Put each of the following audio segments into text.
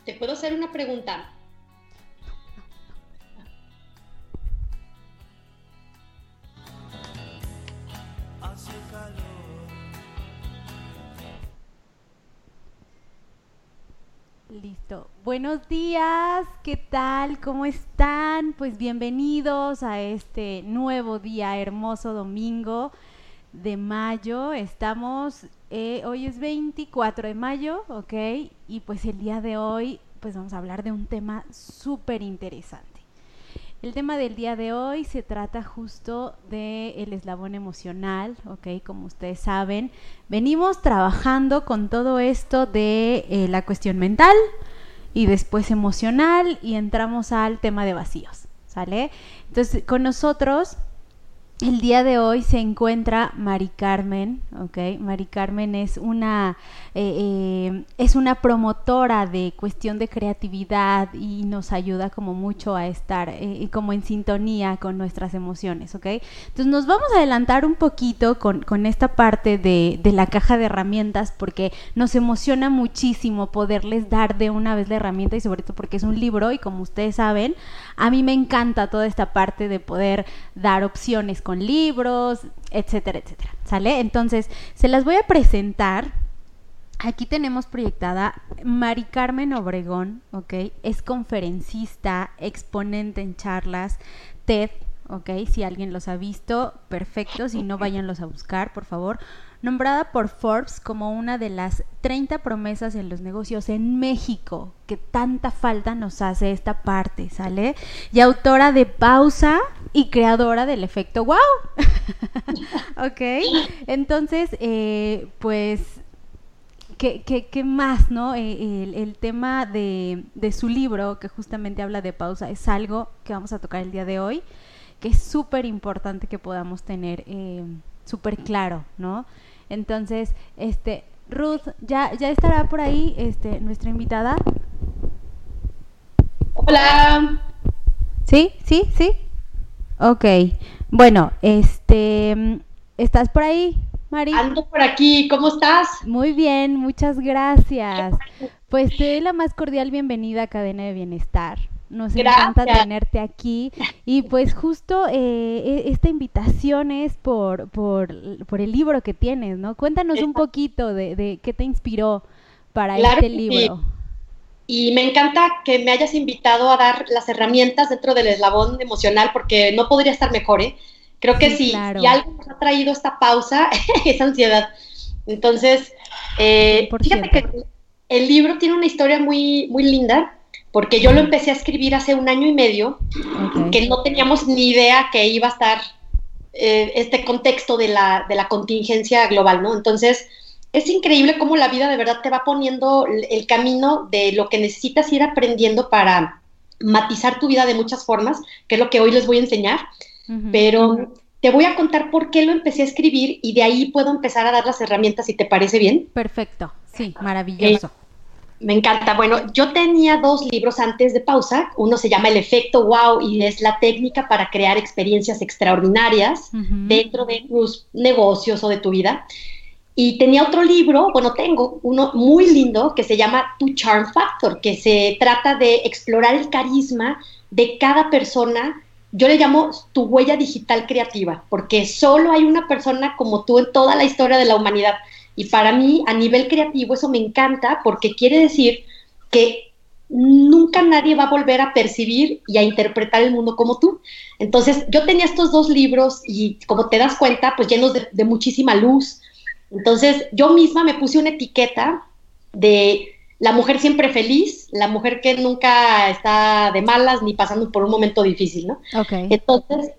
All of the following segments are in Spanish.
¿Te puedo hacer una pregunta? Listo. Buenos días, ¿qué tal? ¿Cómo están? Pues bienvenidos a este nuevo día, hermoso domingo de mayo. Hoy es 24 de mayo, ¿ok? Y pues el día de hoy, pues vamos a hablar de un tema súper interesante. El tema del día de hoy se trata justo del eslabón emocional, ¿ok? Como ustedes saben, venimos trabajando con todo esto de la cuestión mental y después emocional y entramos al tema de vacíos, ¿sale? Entonces, con nosotros el día de hoy se encuentra Mari Carmen, ¿ok? Mari Carmen es una promotora de cuestión de creatividad y nos ayuda como mucho a estar como en sintonía con nuestras emociones, ¿ok? Entonces nos vamos a adelantar un poquito con esta parte de la caja de herramientas porque nos emociona muchísimo poderles dar de una vez la herramienta y sobre todo porque es un libro y como ustedes saben, a mí me encanta toda esta parte de poder dar opciones con libros, etcétera, etcétera, ¿sale? Entonces, se las voy a presentar. Aquí tenemos proyectada Mari Carmen Obregón, ¿ok? Es conferencista, exponente en charlas, TED, ¿ok? Si alguien los ha visto, perfecto, si no, váyanlos a buscar, por favor. Nombrada por Forbes como una de las 30 promesas en los negocios en México, que tanta falta nos hace esta parte, ¿sale? Y autora de Pausa y creadora del efecto wow. ¿Ok? Entonces, pues, ¿qué más, no? El tema de su libro, que justamente habla de pausa, es algo que vamos a tocar el día de hoy, que es súper importante que podamos tener súper claro, ¿no? Entonces, Ruth, ¿ya estará por ahí nuestra invitada? Hola. ¿Sí? Ok. Bueno, ¿estás por ahí, Mari? Ando por aquí, ¿cómo estás? Muy bien, muchas gracias. Pues te doy la más cordial bienvenida a Cadena de Bienestar. Nos encanta Gracias. tenerte aquí y pues justo esta invitación es por el libro que tienes, ¿no? Cuéntanos un poquito de qué te inspiró para Claro este que sí. libro. Y me encanta que me hayas invitado a dar las herramientas dentro del eslabón emocional porque no podría estar mejor, ¿eh? Creo que Sí, si claro, algo nos ha traído esta pausa es ansiedad. Entonces, fíjate 100%. que el libro tiene una historia muy, muy linda porque yo lo Uh-huh. empecé a escribir hace 1 año y medio, Ok. que no teníamos ni idea que iba a estar este contexto de la contingencia global, ¿no? Entonces, es increíble cómo la vida de verdad te va poniendo el camino de lo que necesitas ir aprendiendo para matizar tu vida de muchas formas, que es lo que hoy les voy a enseñar, Uh-huh. pero te voy a contar por qué lo empecé a escribir y de ahí puedo empezar a dar las herramientas, si te parece bien. Perfecto, sí, Eh, maravilloso. Me encanta. Bueno, yo tenía 2 libros antes de pausa. Uno se llama El efecto wow y es la técnica para crear experiencias extraordinarias Uh-huh. dentro de tus negocios o de tu vida. Y tenía otro libro, bueno, tengo uno muy lindo que se llama Tu Charm Factor, que se trata de explorar el carisma de cada persona. Yo le llamo tu huella digital creativa, porque solo hay una persona como tú en toda la historia de la humanidad. Y para mí, a nivel creativo, eso me encanta porque quiere decir que nunca nadie va a volver a percibir y a interpretar el mundo como tú. Entonces, yo tenía estos 2 libros y como te das cuenta, pues llenos de muchísima luz. Entonces, yo misma me puse una etiqueta de la mujer siempre feliz, la mujer que nunca está de malas ni pasando por un momento difícil, ¿no? Ok. Entonces,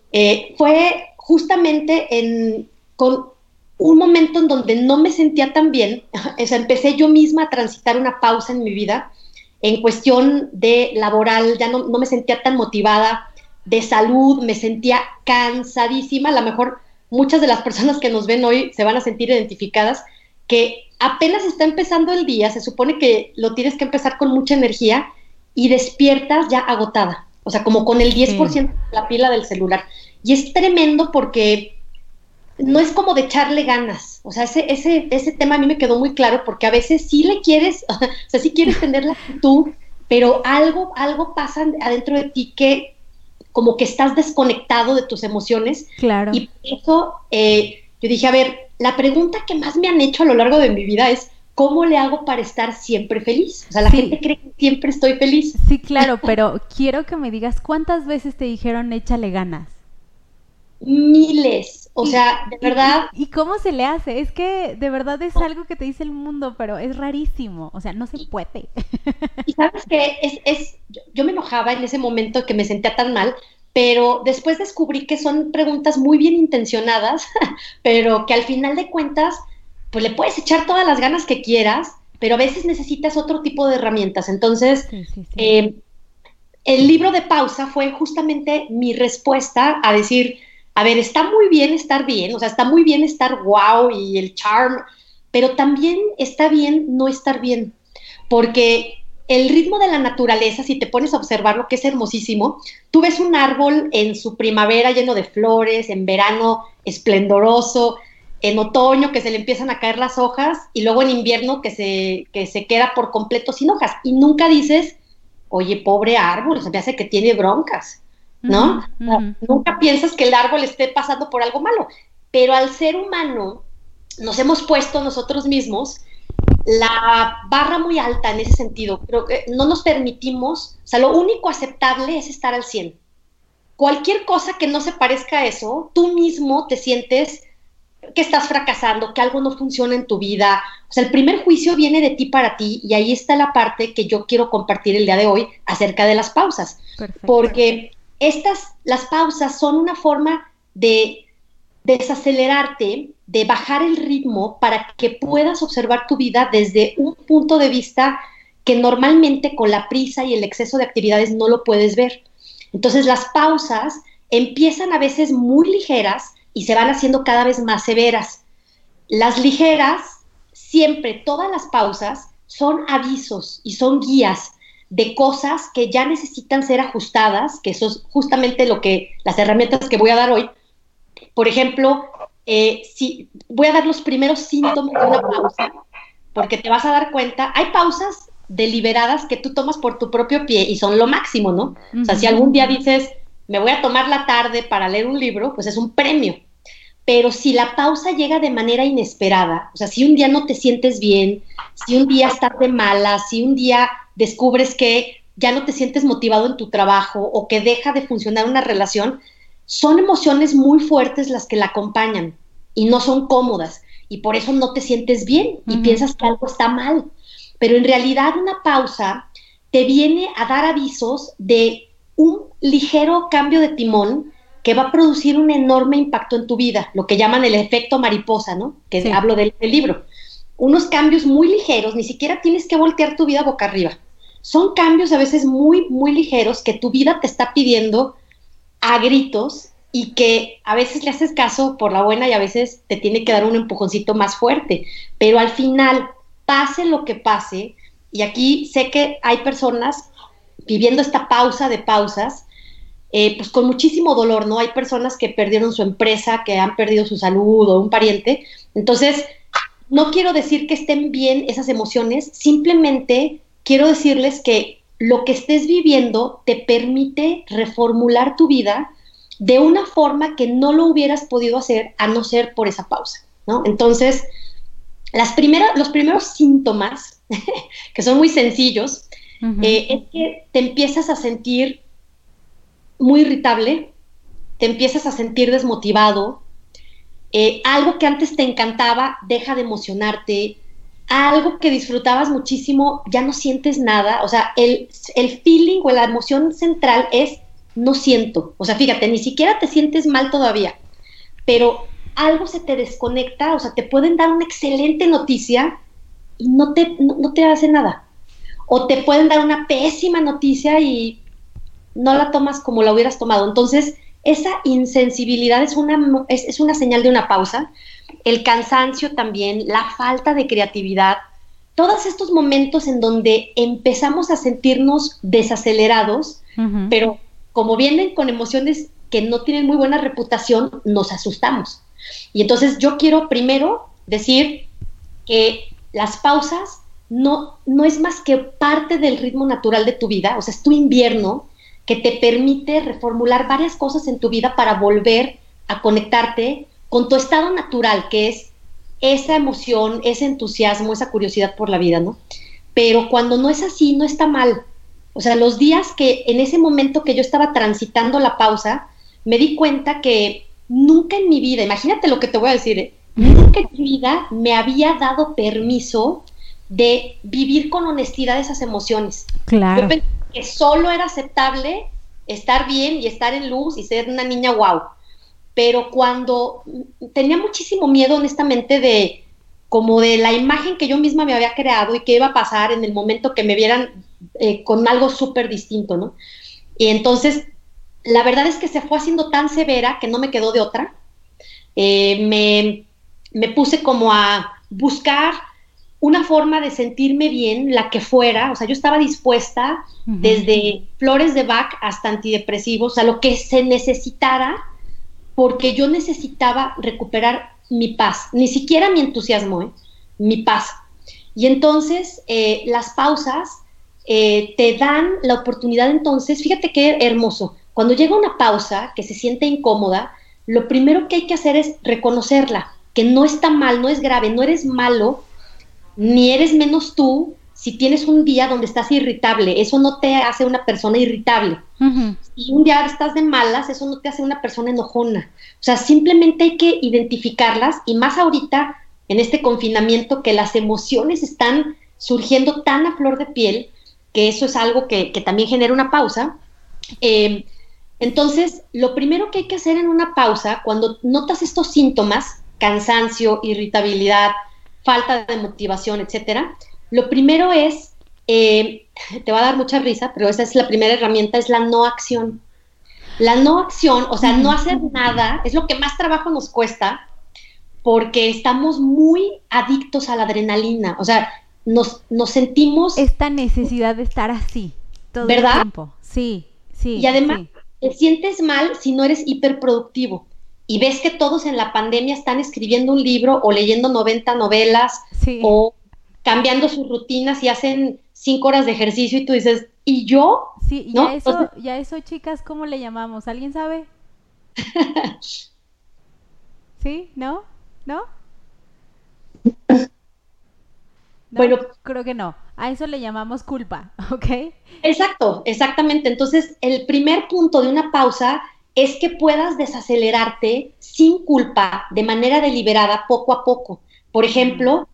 fue justamente con un momento en donde no me sentía tan bien, o sea, empecé yo misma a transitar una pausa en mi vida en cuestión de laboral, ya no me sentía tan motivada, de salud, me sentía cansadísima, a lo mejor muchas de las personas que nos ven hoy se van a sentir identificadas, que apenas está empezando el día, se supone que lo tienes que empezar con mucha energía y despiertas ya agotada, o sea, como con el Sí. 10% de la pila del celular. Y es tremendo porque no es como de echarle ganas. O sea, ese tema a mí me quedó muy claro porque a veces sí le quieres, o sea, sí quieres tener la actitud, pero algo pasa adentro de ti que como que estás desconectado de tus emociones. Claro. Y por eso yo dije, a ver, la pregunta que más me han hecho a lo largo de mi vida es, ¿cómo le hago para estar siempre feliz? O sea, la gente cree que siempre estoy feliz. Sí, claro, pero quiero que me digas cuántas veces te dijeron échale ganas. Miles, o sea, de verdad. ¿Y cómo se le hace? Es que de verdad es algo que te dice el mundo, pero es rarísimo, o sea, no se puede. Y sabes que yo me enojaba en ese momento que me sentía tan mal, pero después descubrí que son preguntas muy bien intencionadas, pero que al final de cuentas, pues le puedes echar todas las ganas que quieras, pero a veces necesitas otro tipo de herramientas. Entonces, Sí. el libro de pausa fue justamente mi respuesta a decir, a ver, está muy bien, o sea, está muy bien estar wow y el charm, pero también está bien no estar bien, porque el ritmo de la naturaleza, si te pones a observarlo, que es hermosísimo, tú ves un árbol en su primavera lleno de flores, en verano esplendoroso, en otoño que se le empiezan a caer las hojas y luego en invierno que se queda por completo sin hojas y nunca dices, oye, pobre árbol, se me hace que tiene broncas, ¿no? Nunca piensas que el árbol esté pasando por algo malo, pero al ser humano nos hemos puesto nosotros mismos la barra muy alta en ese sentido. Creo que no nos permitimos, o sea, lo único aceptable es estar al 100. Cualquier cosa que no se parezca a eso, tú mismo te sientes que estás fracasando, que algo no funciona en tu vida. O sea, el primer juicio viene de ti para ti y ahí está la parte que yo quiero compartir el día de hoy acerca de las pausas. Perfecto. Porque las pausas son una forma de desacelerarte, de bajar el ritmo para que puedas observar tu vida desde un punto de vista que normalmente con la prisa y el exceso de actividades no lo puedes ver. Entonces las pausas empiezan a veces muy ligeras y se van haciendo cada vez más severas. Las ligeras, siempre, todas las pausas son avisos y son guías de cosas que ya necesitan ser ajustadas, que eso es justamente las herramientas que voy a dar hoy. Por ejemplo, si voy a dar los primeros síntomas de una pausa, porque te vas a dar cuenta, hay pausas deliberadas que tú tomas por tu propio pie y son lo máximo, ¿no? O sea, si algún día dices, me voy a tomar la tarde para leer un libro, pues es un premio. Pero si la pausa llega de manera inesperada, o sea, si un día no te sientes bien, si un día estás de malas, si un día descubres que ya no te sientes motivado en tu trabajo o que deja de funcionar una relación, son emociones muy fuertes las que la acompañan y no son cómodas y por eso no te sientes bien y piensas que algo está mal. Pero en realidad una pausa te viene a dar avisos de un ligero cambio de timón que va a producir un enorme impacto en tu vida, lo que llaman el efecto mariposa, ¿no? Que sí. Hablo del libro. Unos cambios muy ligeros, ni siquiera tienes que voltear tu vida boca arriba. Son cambios a veces muy, muy ligeros que tu vida te está pidiendo a gritos y que a veces le haces caso por la buena y a veces te tiene que dar un empujoncito más fuerte. Pero al final, pase lo que pase, y aquí sé que hay personas viviendo esta pausa de pausas, pues con muchísimo dolor, ¿no? Hay personas que perdieron su empresa, que han perdido su salud o un pariente. Entonces, no quiero decir que estén bien esas emociones, simplemente quiero decirles que lo que estés viviendo te permite reformular tu vida de una forma que no lo hubieras podido hacer a no ser por esa pausa, ¿no? Entonces, los primeros síntomas, que son muy sencillos, es que te empiezas a sentir muy irritable, te empiezas a sentir desmotivado, algo que antes te encantaba deja de emocionarte, algo que disfrutabas muchísimo ya no sientes nada, o sea, el feeling o la emoción central es no siento, o sea, fíjate, ni siquiera te sientes mal todavía, pero algo se te desconecta, o sea, te pueden dar una excelente noticia y no te hace nada, o te pueden dar una pésima noticia y no la tomas como la hubieras tomado. Entonces, esa insensibilidad es una señal de una pausa. El cansancio también, la falta de creatividad, todos estos momentos en donde empezamos a sentirnos desacelerados, pero como vienen con emociones que no tienen muy buena reputación, nos asustamos. Y entonces yo quiero primero decir que las pausas no es más que parte del ritmo natural de tu vida, o sea, es tu invierno que te permite reformular varias cosas en tu vida para volver a conectarte con tu estado natural, que es esa emoción, ese entusiasmo, esa curiosidad por la vida, ¿no? Pero cuando no es así, no está mal. O sea, los días que en ese momento que yo estaba transitando la pausa, me di cuenta que nunca en mi vida, imagínate lo que te voy a decir, nunca en mi vida me había dado permiso de vivir con honestidad esas emociones. Claro. Yo pensé que solo era aceptable estar bien y estar en luz y ser una niña guau. Pero cuando tenía muchísimo miedo, honestamente, de como de la imagen que yo misma me había creado y qué iba a pasar en el momento que me vieran con algo súper distinto, ¿no? Y entonces, la verdad es que se fue haciendo tan severa que no me quedó de otra. Me puse como a buscar una forma de sentirme bien, la que fuera, o sea, yo estaba dispuesta desde flores de Bach hasta antidepresivos, o sea, lo que se necesitara, porque yo necesitaba recuperar mi paz, ni siquiera mi entusiasmo, mi paz. Y entonces las pausas te dan la oportunidad, entonces, fíjate qué hermoso, cuando llega una pausa que se siente incómoda, lo primero que hay que hacer es reconocerla, que no está mal, no es grave, no eres malo, ni eres menos tú si tienes un día donde estás irritable, eso no te hace una persona irritable. Si un día estás de malas, eso no te hace una persona enojona. O sea, simplemente hay que identificarlas, y más ahorita, en este confinamiento, que las emociones están surgiendo tan a flor de piel, que eso es algo que también genera una pausa. Entonces, lo primero que hay que hacer en una pausa, cuando notas estos síntomas, cansancio, irritabilidad, falta de motivación, etcétera, lo primero es, te va a dar mucha risa, pero esa es la primera herramienta, es la no acción. La no acción, o sea, no hacer nada, es lo que más trabajo nos cuesta, porque estamos muy adictos a la adrenalina, o sea, nos sentimos... Esta necesidad de estar así, todo ¿verdad? el tiempo. Sí, sí. Y además, sí. te sientes mal si no eres hiperproductivo. Y ves que todos en la pandemia están escribiendo un libro o leyendo 90 novelas o cambiando sus rutinas y hacen 5 horas de ejercicio y tú dices, ¿y yo? Sí, ¿no? ya eso, chicas, ¿cómo le llamamos? ¿Alguien sabe? ¿Sí? ¿No? ¿No? No, bueno, creo que no. A eso le llamamos culpa, ¿ok? Exacto, exactamente. Entonces, el primer punto de una pausa es que puedas desacelerarte sin culpa, de manera deliberada, poco a poco. Por ejemplo,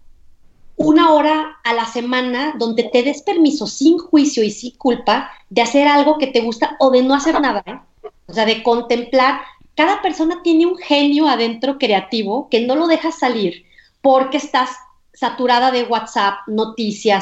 1 hora a la semana donde te des permiso sin juicio y sin culpa de hacer algo que te gusta o de no hacer nada, ¿eh? O sea, de contemplar. Cada persona tiene un genio adentro creativo que no lo dejas salir porque estás saturada de WhatsApp, noticias,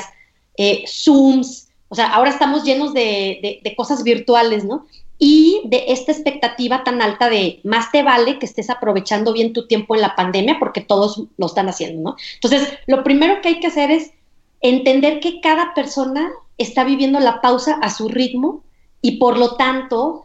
Zooms, o sea, ahora estamos llenos de cosas virtuales, ¿no? Y de esta expectativa tan alta de más te vale que estés aprovechando bien tu tiempo en la pandemia porque todos lo están haciendo, ¿no? Entonces, lo primero que hay que hacer es entender que cada persona está viviendo la pausa a su ritmo y por lo tanto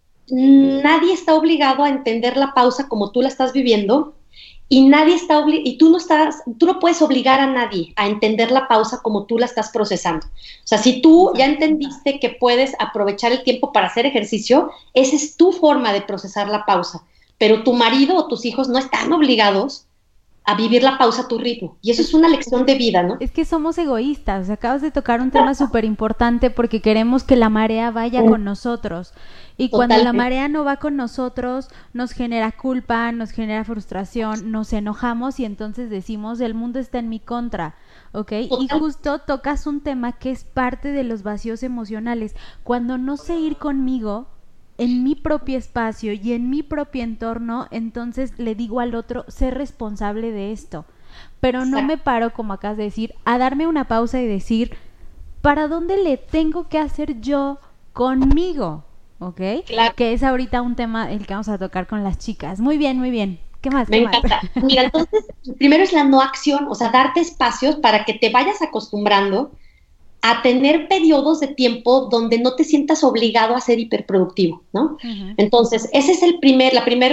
nadie está obligado a entender la pausa como tú la estás viviendo y nadie está y tú no puedes obligar a nadie a entender la pausa como tú la estás procesando. O sea, si tú ya entendiste que puedes aprovechar el tiempo para hacer ejercicio, esa es tu forma de procesar la pausa, pero tu marido o tus hijos no están obligados a vivir la pausa a tu ritmo. Y eso es una lección de vida, ¿no? Es que somos egoístas. Acabas de tocar un tema súper importante porque queremos que la marea vaya con nosotros. Y cuando la marea no va con nosotros, nos genera culpa, nos genera frustración, nos enojamos y entonces decimos, el mundo está en mi contra, ¿ok? Y justo tocas un tema que es parte de los vacíos emocionales. Cuando no sé ir conmigo, en mi propio espacio y en mi propio entorno, entonces le digo al otro, sé responsable de esto. Pero no me paro, como acabas de decir, a darme una pausa y decir, ¿para dónde le tengo que hacer yo conmigo? ¿Ok? Claro. Que es ahorita un tema el que vamos a tocar con las chicas. Muy bien, muy bien. ¿Qué más? Me encanta. Mira, entonces, primero es la no acción, o sea, darte espacios para que te vayas acostumbrando a tener periodos de tiempo donde no te sientas obligado a ser hiperproductivo, ¿no? Entonces, ese es la primer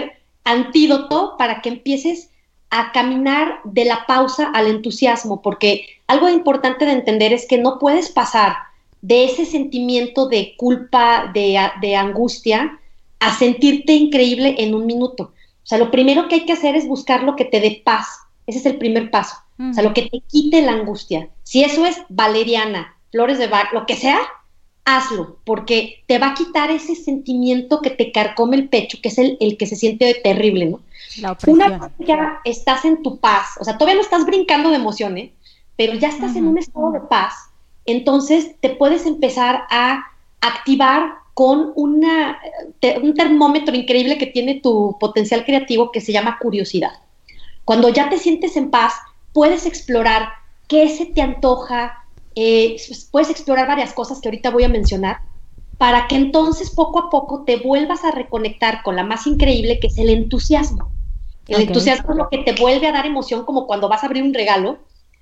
antídoto para que empieces a caminar de la pausa al entusiasmo, porque algo importante de entender es que no puedes pasar de ese sentimiento de culpa, de angustia, a sentirte increíble en un minuto. O sea, lo primero que hay que hacer es buscar lo que te dé paz. Ese es el primer paso. O sea, lo que te quite la angustia. Si eso es valeriana, flores de Bach, lo que sea, hazlo, porque te va a quitar ese sentimiento que te carcome el pecho, que es el que se siente terrible, ¿no? La opresión. Una vez que ya estás en tu paz, o sea, todavía no estás brincando de emoción, ¿eh? Pero ya estás en un estado de paz, entonces te puedes empezar a activar con un termómetro increíble que tiene tu potencial creativo que se llama curiosidad. Cuando ya te sientes en paz, puedes explorar qué se te antoja, puedes explorar varias cosas que ahorita voy a mencionar, para que entonces poco a poco te vuelvas a reconectar con la más increíble, que es el entusiasmo. El entusiasmo es lo que te vuelve a dar emoción, como cuando vas a abrir un regalo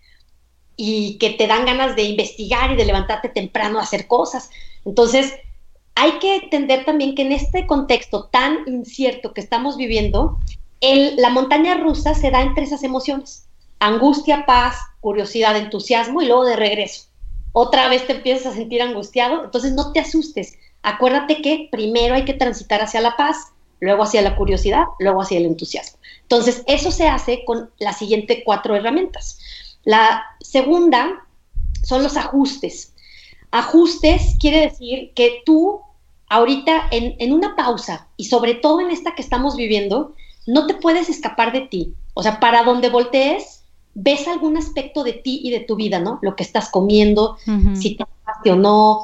y que te dan ganas de investigar y de levantarte temprano a hacer cosas. Entonces, hay que entender también que en este contexto tan incierto que estamos viviendo, la montaña rusa se da entre esas emociones: angustia, paz, curiosidad, entusiasmo, y luego de regreso otra vez te empiezas a sentir angustiado. Entonces no te asustes, acuérdate que primero hay que transitar hacia la paz, luego hacia la curiosidad, luego hacia el entusiasmo. Entonces eso se hace con las siguientes 4 herramientas. La segunda son los ajustes. Ajustes quiere decir que tú ahorita en una pausa, y sobre todo en esta que estamos viviendo, no te puedes escapar de ti. O sea, para donde voltees, ves algún aspecto de ti y de tu vida, ¿no? Lo que estás comiendo, si te gustaste o no,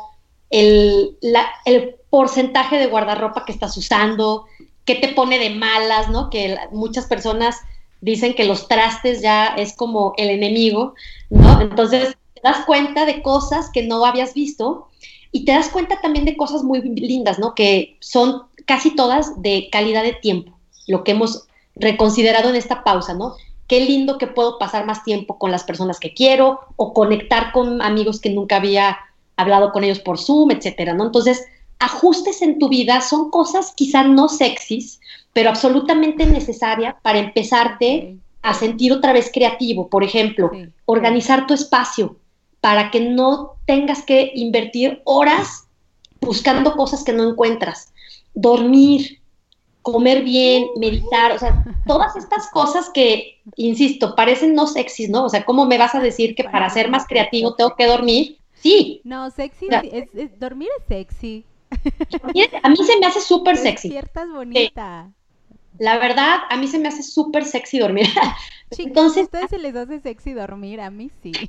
el porcentaje de guardarropa que estás usando, qué te pone de malas, ¿no? Que muchas personas dicen que los trastes ya es como el enemigo, ¿no? Entonces te das cuenta de cosas que no habías visto, y te das cuenta también de cosas muy lindas, ¿no? Que son casi todas de calidad de tiempo, lo que hemos reconsiderado en esta pausa, ¿no? Qué lindo que puedo pasar más tiempo con las personas que quiero, o conectar con amigos que nunca había hablado con ellos por Zoom, etcétera, ¿no? Entonces, ajustes en tu vida son cosas quizá no sexys, pero absolutamente necesarias para empezarte a sentir otra vez creativo. Por ejemplo, organizar tu espacio para que no tengas que invertir horas buscando cosas que no encuentras. Dormir, comer bien, meditar, o sea, todas estas cosas que, insisto, parecen no sexys, ¿no? O sea, ¿cómo me vas a decir que para ser más creativo tengo que dormir? Sí. No, sexy, dormir es sexy. A mí se me hace súper sexy. Despiertas bonita. La verdad, a mí se me hace súper sexy dormir. Chicos, entonces, ¿a ustedes se les hace sexy dormir? A mí sí.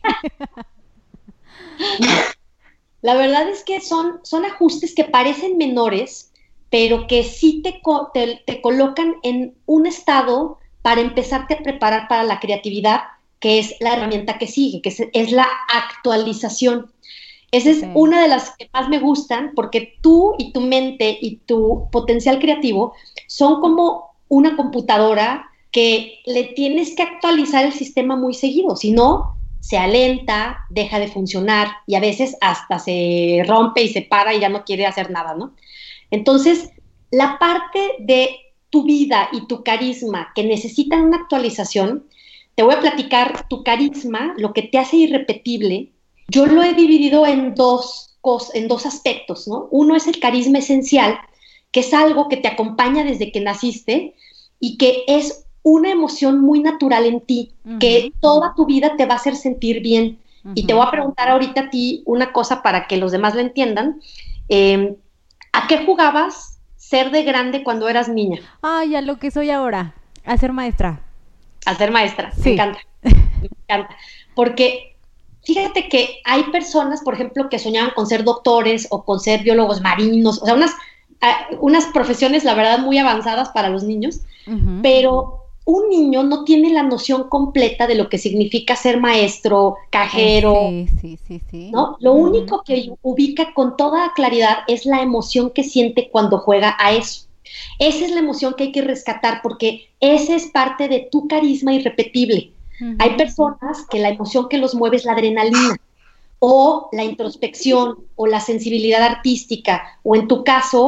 La verdad es que son ajustes que parecen menores, pero que sí te colocan en un estado para empezarte a preparar para la creatividad, que es la herramienta que sigue, que es la actualización. Esa es una de las que más me gustan, porque tú y tu mente y tu potencial creativo son como una computadora que le tienes que actualizar el sistema muy seguido, si no, se alenta, deja de funcionar, y a veces hasta se rompe y se para y ya no quiere hacer nada, ¿no? Entonces, la parte de tu vida y tu carisma que necesitan una actualización, te voy a platicar. Tu carisma, lo que te hace irrepetible, yo lo he dividido en dos aspectos, ¿no? Uno es el carisma esencial, que es algo que te acompaña desde que naciste y que es una emoción muy natural en ti, que toda tu vida te va a hacer sentir bien. Y te voy a preguntar ahorita a ti una cosa para que los demás la entiendan. ¿A qué jugabas ser de grande cuando eras niña? Ay, a lo que soy ahora, a ser maestra. A ser maestra, sí. Me encanta. Porque fíjate que hay personas, por ejemplo, que soñaban con ser doctores o con ser biólogos marinos, o sea, unas profesiones, la verdad, muy avanzadas para los niños, pero un niño no tiene la noción completa de lo que significa ser maestro, cajero, sí. ¿no? Lo único que ubica con toda claridad es la emoción que siente cuando juega a eso. Esa es la emoción que hay que rescatar, porque esa es parte de tu carisma irrepetible. Hay personas que la emoción que los mueve es la adrenalina, o la introspección, o la sensibilidad artística, o en tu caso,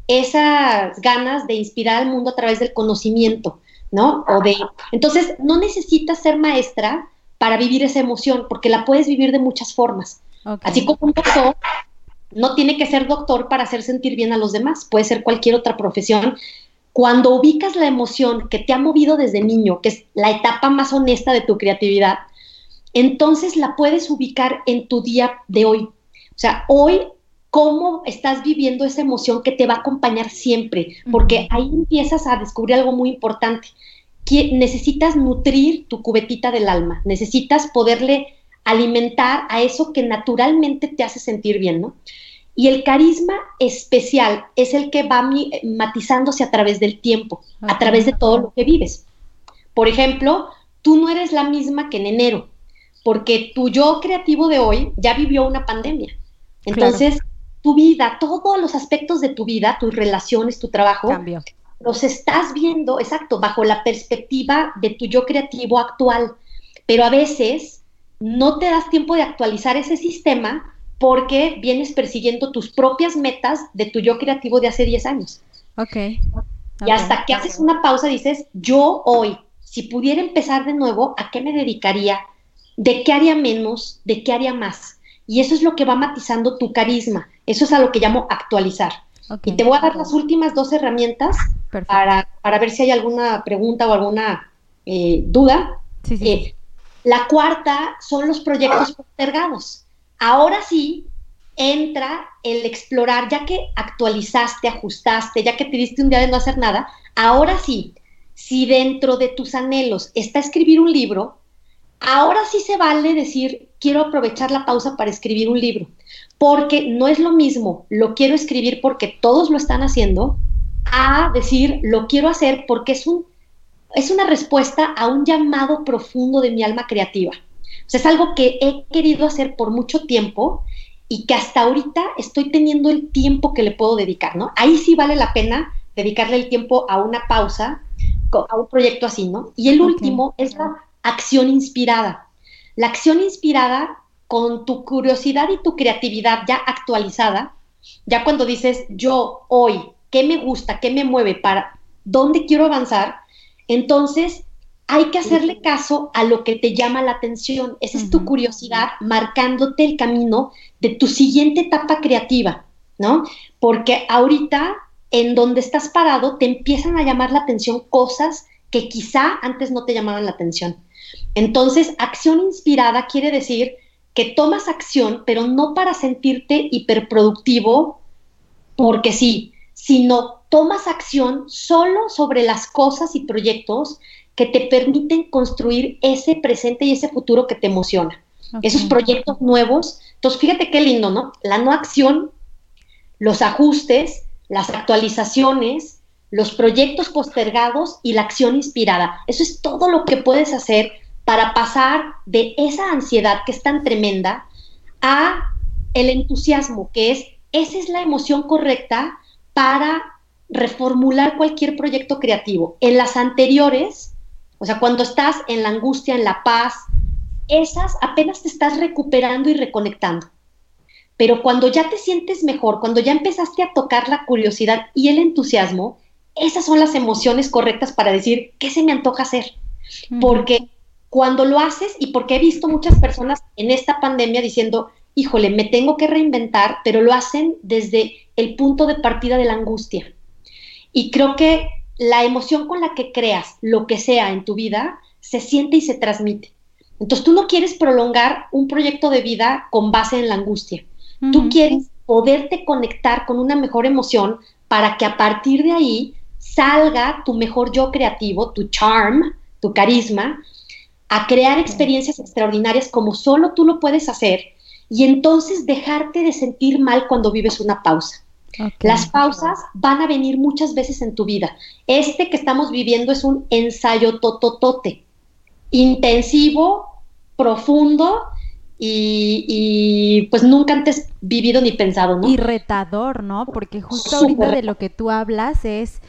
esas ganas de inspirar al mundo a través del conocimiento, ¿no? Entonces, no necesitas ser maestra para vivir esa emoción, porque la puedes vivir de muchas formas. Okay. Así como un doctor no tiene que ser doctor para hacer sentir bien a los demás, puede ser cualquier otra profesión. Cuando ubicas la emoción que te ha movido desde niño, que es la etapa más honesta de tu creatividad, entonces la puedes ubicar en tu día de hoy. O sea, hoy, ¿cómo estás viviendo esa emoción que te va a acompañar siempre? Porque ahí empiezas a descubrir algo muy importante. Que necesitas nutrir tu cubetita del alma, necesitas poderle alimentar a eso que naturalmente te hace sentir bien, ¿no? Y el carisma especial es el que va matizándose a través del tiempo, a través de todo lo que vives. Por ejemplo, tú no eres la misma que en enero, porque tu yo creativo de hoy ya vivió una pandemia. Entonces, tu vida, todos los aspectos de tu vida, tus relaciones, tu trabajo, cambió. Los estás viendo, exacto, bajo la perspectiva de tu yo creativo actual. Pero a veces no te das tiempo de actualizar ese sistema porque vienes persiguiendo tus propias metas de tu yo creativo de hace 10 años. Okay. Y hasta que haces una pausa dices, yo hoy, si pudiera empezar de nuevo, ¿a qué me dedicaría? ¿De qué haría menos? ¿De qué haría más? Y eso es lo que va matizando tu carisma. Eso es a lo que llamo actualizar. Okay. Y te voy a dar las últimas 2 herramientas para ver si hay alguna pregunta o alguna duda. Sí. La cuarta son los proyectos postergados. Ahora sí entra el explorar, ya que actualizaste, ajustaste, ya que te diste un día de no hacer nada, ahora sí, si dentro de tus anhelos está escribir un libro, ahora sí se vale decir, quiero aprovechar la pausa para escribir un libro, porque no es lo mismo, lo quiero escribir porque todos lo están haciendo, a decir, lo quiero hacer porque es una respuesta a un llamado profundo de mi alma creativa. O sea, es algo que he querido hacer por mucho tiempo y que hasta ahorita estoy teniendo el tiempo que le puedo dedicar, ¿no? Ahí sí vale la pena dedicarle el tiempo a una pausa, a un proyecto así, ¿no? Y el último es la acción inspirada. La acción inspirada, con tu curiosidad y tu creatividad ya actualizada, ya cuando dices, yo hoy, ¿qué me gusta? ¿Qué me mueve? ¿Para dónde quiero avanzar? Entonces, hay que hacerle caso a lo que te llama la atención. Esa es tu curiosidad marcándote el camino de tu siguiente etapa creativa, ¿no? Porque ahorita, en donde estás parado, te empiezan a llamar la atención cosas que quizá antes no te llamaban la atención. Entonces, acción inspirada quiere decir que tomas acción, pero no para sentirte hiperproductivo, porque sí, sino tomas acción solo sobre las cosas y proyectos que te permiten construir ese presente y ese futuro que te emociona. Esos proyectos nuevos. Entonces, fíjate qué lindo, ¿no? La no acción, los ajustes, las actualizaciones, los proyectos postergados y la acción inspirada. Eso es todo lo que puedes hacer para pasar de esa ansiedad que es tan tremenda a el entusiasmo, que esa es la emoción correcta para reformular cualquier proyecto creativo. En las anteriores, o sea, cuando estás en la angustia, en la paz, esas apenas te estás recuperando y reconectando. Pero cuando ya te sientes mejor, cuando ya empezaste a tocar la curiosidad y el entusiasmo, esas son las emociones correctas para decir, ¿qué se me antoja hacer? Porque cuando lo haces, y porque he visto muchas personas en esta pandemia diciendo, híjole, me tengo que reinventar, pero lo hacen desde el punto de partida de la angustia. Y creo que la emoción con la que creas lo que sea en tu vida se siente y se transmite. Entonces tú no quieres prolongar un proyecto de vida con base en la angustia. Tú quieres poderte conectar con una mejor emoción para que a partir de ahí salga tu mejor yo creativo, tu charm, tu carisma, a crear experiencias extraordinarias como solo tú lo puedes hacer y entonces dejarte de sentir mal cuando vives una pausa. Las pausas van a venir muchas veces en tu vida. Este que estamos viviendo es un ensayo tototote, intensivo, profundo y pues nunca antes vivido ni pensado, ¿no? Y retador, ¿no? Porque justo ahorita de lo que tú hablas es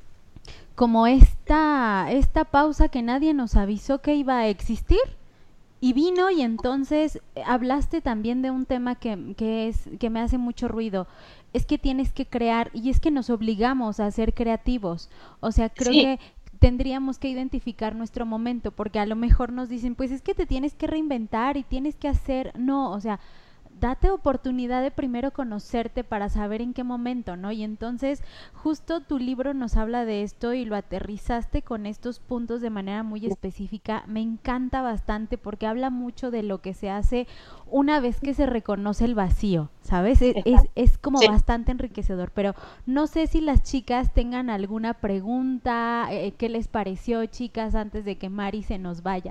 como esta pausa que nadie nos avisó que iba a existir Y vino y entonces hablaste también de un tema que me hace mucho ruido. Es que tienes que crear y es que nos obligamos a ser creativos. O sea, creo Sí, que tendríamos que identificar nuestro momento porque a lo mejor nos dicen, pues es que te tienes que reinventar y tienes que hacer, no, o sea, date oportunidad de primero conocerte para saber en qué momento, ¿no? Y entonces justo tu libro nos habla de esto y lo aterrizaste con estos puntos de manera muy específica. Me encanta bastante porque habla mucho de lo que se hace una vez que se reconoce el vacío, ¿sabes? Es como sí. bastante enriquecedor, pero no sé si las chicas tengan alguna pregunta, ¿qué les pareció, chicas, antes de que Mari se nos vaya?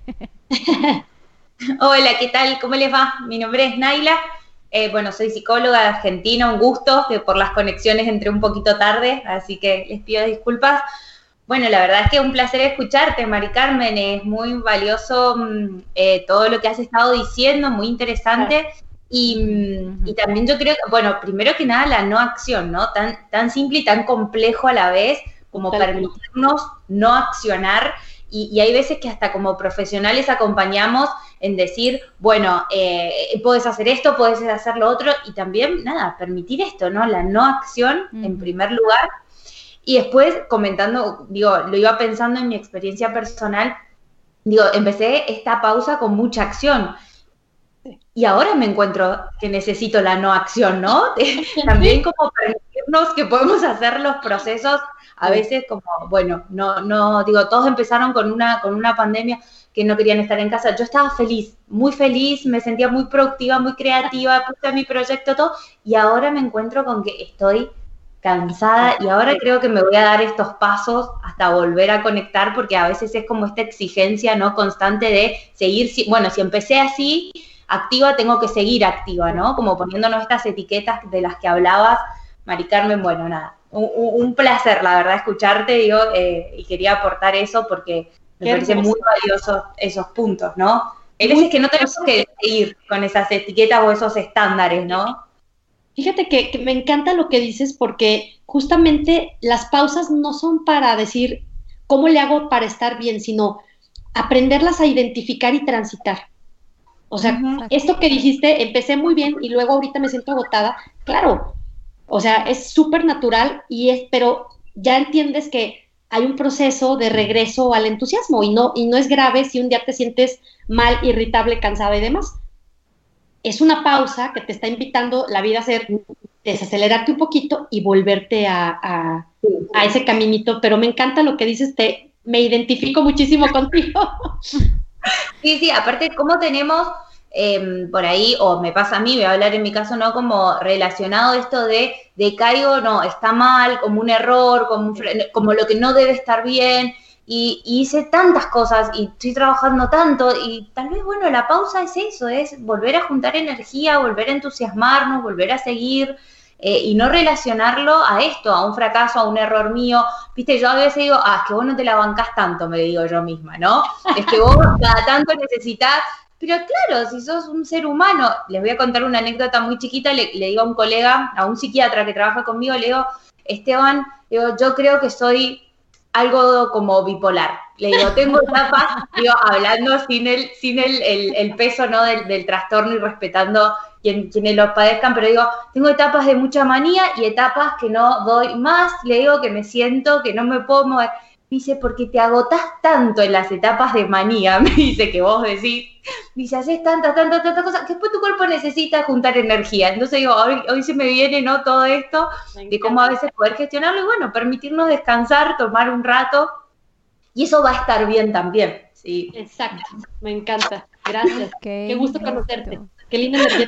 Hola, ¿qué tal? ¿Cómo les va? Mi nombre es Naila. Bueno, soy psicóloga de Argentina, un gusto, que por las conexiones entré un poquito tarde, así que les pido disculpas. Bueno, la verdad es que es un placer escucharte, Mari Carmen, es muy valioso todo lo que has estado diciendo, muy interesante. Y también yo creo que, bueno, primero que nada la no acción, ¿no? Tan simple y tan complejo a la vez como permitirnos no accionar. Y hay veces que hasta como profesionales acompañamos en decir, bueno, puedes hacer esto, puedes hacer lo otro, y también, nada, permitir esto, ¿no? La no acción, en primer lugar. Y después, comentando, digo, lo iba pensando en mi experiencia personal, digo, empecé esta pausa con mucha acción. Y ahora me encuentro que necesito la no acción, ¿no? También como permitirnos que podemos hacer los procesos a veces como, bueno, no, digo, todos empezaron con una pandemia que no querían estar en casa. Yo estaba feliz, muy feliz, me sentía muy productiva, muy creativa, puse mi proyecto, todo, y ahora me encuentro con que estoy cansada y ahora creo que me voy a dar estos pasos hasta volver a conectar, porque a veces es como esta exigencia, ¿no? Constante de seguir, bueno, si empecé así, activa, tengo que seguir activa, ¿no? Como poniéndonos estas etiquetas de las que hablabas, Mari Carmen. Bueno, nada, un placer, la verdad, escucharte, digo, y quería aportar eso porque me parece muy valioso esos puntos, ¿no? Hay veces que no tenemos que seguir con esas etiquetas o esos estándares, ¿no? Fíjate que me encanta lo que dices porque justamente las pausas no son para decir cómo le hago para estar bien, sino aprenderlas a identificar y transitar. O sea, esto que dijiste, empecé muy bien y luego ahorita me siento agotada, claro, o sea, es súper natural pero ya entiendes que hay un proceso de regreso al entusiasmo y no es grave si un día te sientes mal, irritable, cansada y demás. Es una pausa que te está invitando la vida a hacer, desacelerarte un poquito y volverte a ese caminito, pero me encanta lo que dices, me identifico muchísimo contigo. Sí, aparte, ¿cómo tenemos por ahí, o me pasa a mí, voy a hablar en mi caso, ¿no? Como relacionado esto de caigo, no, está mal, como un error, como lo que no debe estar bien, y hice tantas cosas y estoy trabajando tanto, y tal vez, bueno, la pausa es eso, es volver a juntar energía, volver a entusiasmarnos, volver a seguir, y no relacionarlo a esto, a un fracaso, a un error mío. Viste, yo a veces digo, es que vos no te la bancás tanto, me digo yo misma, ¿no? Es que vos cada tanto necesitas. Pero claro, si sos un ser humano, les voy a contar una anécdota muy chiquita, le digo a un colega, a un psiquiatra que trabaja conmigo, le digo, Esteban, yo creo que soy algo como bipolar. Le digo, tengo etapas, digo, hablando sin el peso, ¿no? del trastorno y respetando quienes lo padezcan, pero digo, tengo etapas de mucha manía y etapas que no doy más, le digo que me siento, que no me puedo mover. Me dice, porque te agotás tanto en las etapas de manía, me dice, que vos decís, dice, haces tantas cosas, que después tu cuerpo necesita juntar energía. Entonces digo, hoy se me viene, ¿no? Todo esto de cómo a veces poder gestionarlo y bueno, permitirnos descansar, tomar un rato, y eso va a estar bien también. Sí. Exacto, me encanta. Gracias. Qué gusto conocerte. Qué linda energía.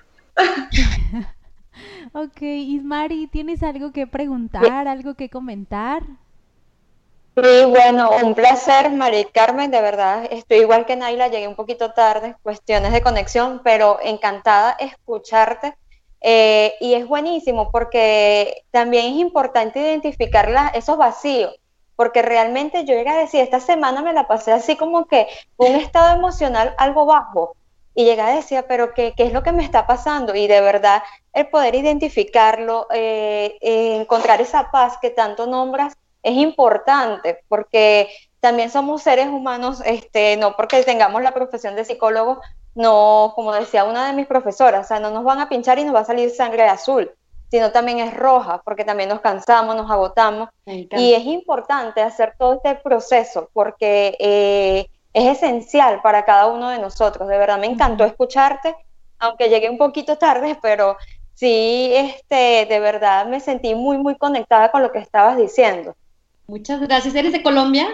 Ok, Ismari, ¿tienes algo que preguntar, algo que comentar? Sí, bueno, un placer, Mari Carmen, de verdad, estoy igual que Naila, llegué un poquito tarde, cuestiones de conexión, pero encantada escucharte, y es buenísimo porque también es importante identificar esos vacíos, porque realmente yo llegué a decir, esta semana me la pasé así como que un estado emocional algo bajo, y llegué a decir, pero ¿qué es lo que me está pasando? Y de verdad, el poder identificarlo, encontrar esa paz que tanto nombras, es importante porque también somos seres humanos, no porque tengamos la profesión de psicólogo, no, como decía una de mis profesoras, o sea, no nos van a pinchar y nos va a salir sangre azul, sino también es roja, porque también nos cansamos, nos agotamos, y es importante hacer todo este proceso, porque es esencial para cada uno de nosotros. De verdad me encantó escucharte, aunque llegué un poquito tarde, pero sí, de verdad me sentí muy, muy conectada con lo que estabas diciendo. Muchas gracias. ¿Eres de Colombia?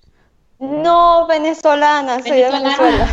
No, venezolana, soy de Venezuela.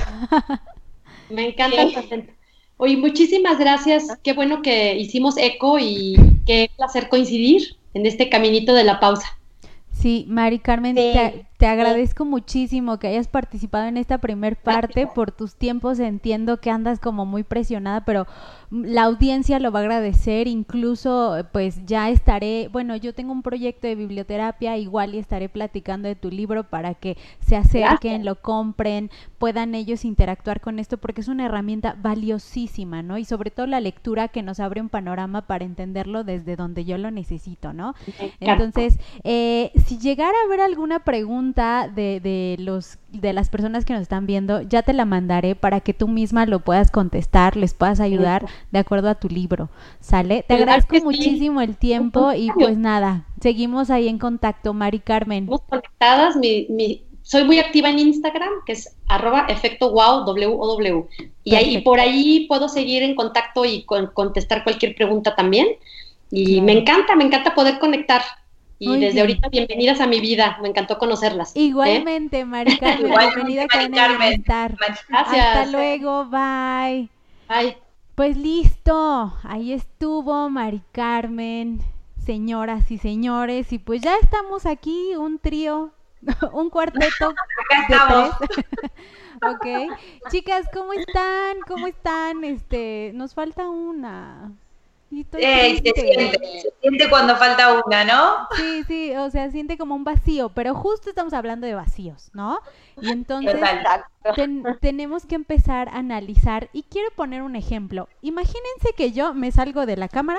Me encanta el acento. Oye, muchísimas gracias. Qué bueno que hicimos eco y qué placer coincidir en este caminito de la pausa. Sí, Mari Carmen, Sí, te agradezco muchísimo que hayas participado en esta primer parte. Por tus tiempos entiendo que andas como muy presionada, pero la audiencia lo va a agradecer. Incluso pues ya estaré, bueno, yo tengo un proyecto de biblioterapia, igual y estaré platicando de tu libro para que se acerquen, lo compren, puedan ellos interactuar con esto, porque es una herramienta valiosísima, ¿no? Y sobre todo la lectura, que nos abre un panorama para entenderlo desde donde yo lo necesito, ¿no? Entonces, si llegara a haber alguna pregunta de las personas que nos están viendo, ya te la mandaré para que tú misma lo puedas contestar, les puedas ayudar de acuerdo a tu libro, ¿sale? Te agradezco muchísimo el tiempo y pues nada, seguimos ahí en contacto, Mari Carmen. Estamos conectadas, soy muy activa en Instagram, que es @efectowoww, y ahí, por ahí puedo seguir en contacto y contestar cualquier pregunta también, y me encanta poder conectar. Y muy desde bien. Ahorita, bienvenidas a mi vida. Me encantó conocerlas. Igualmente, Mari Carmen, bienvenida a Cadena de Bienestar. Gracias. Hasta luego, bye. Bye. Pues listo, ahí estuvo Mari Carmen, señoras y señores, y pues ya estamos aquí, un trío, un cuarteto de 3. Ok, chicas, ¿cómo están? ¿Cómo están? Nos falta una. Se siente cuando falta una, ¿no? Sí, o sea, siente como un vacío, pero justo estamos hablando de vacíos, ¿no? Y entonces tenemos que empezar a analizar, y quiero poner un ejemplo. Imagínense que yo me salgo de la cámara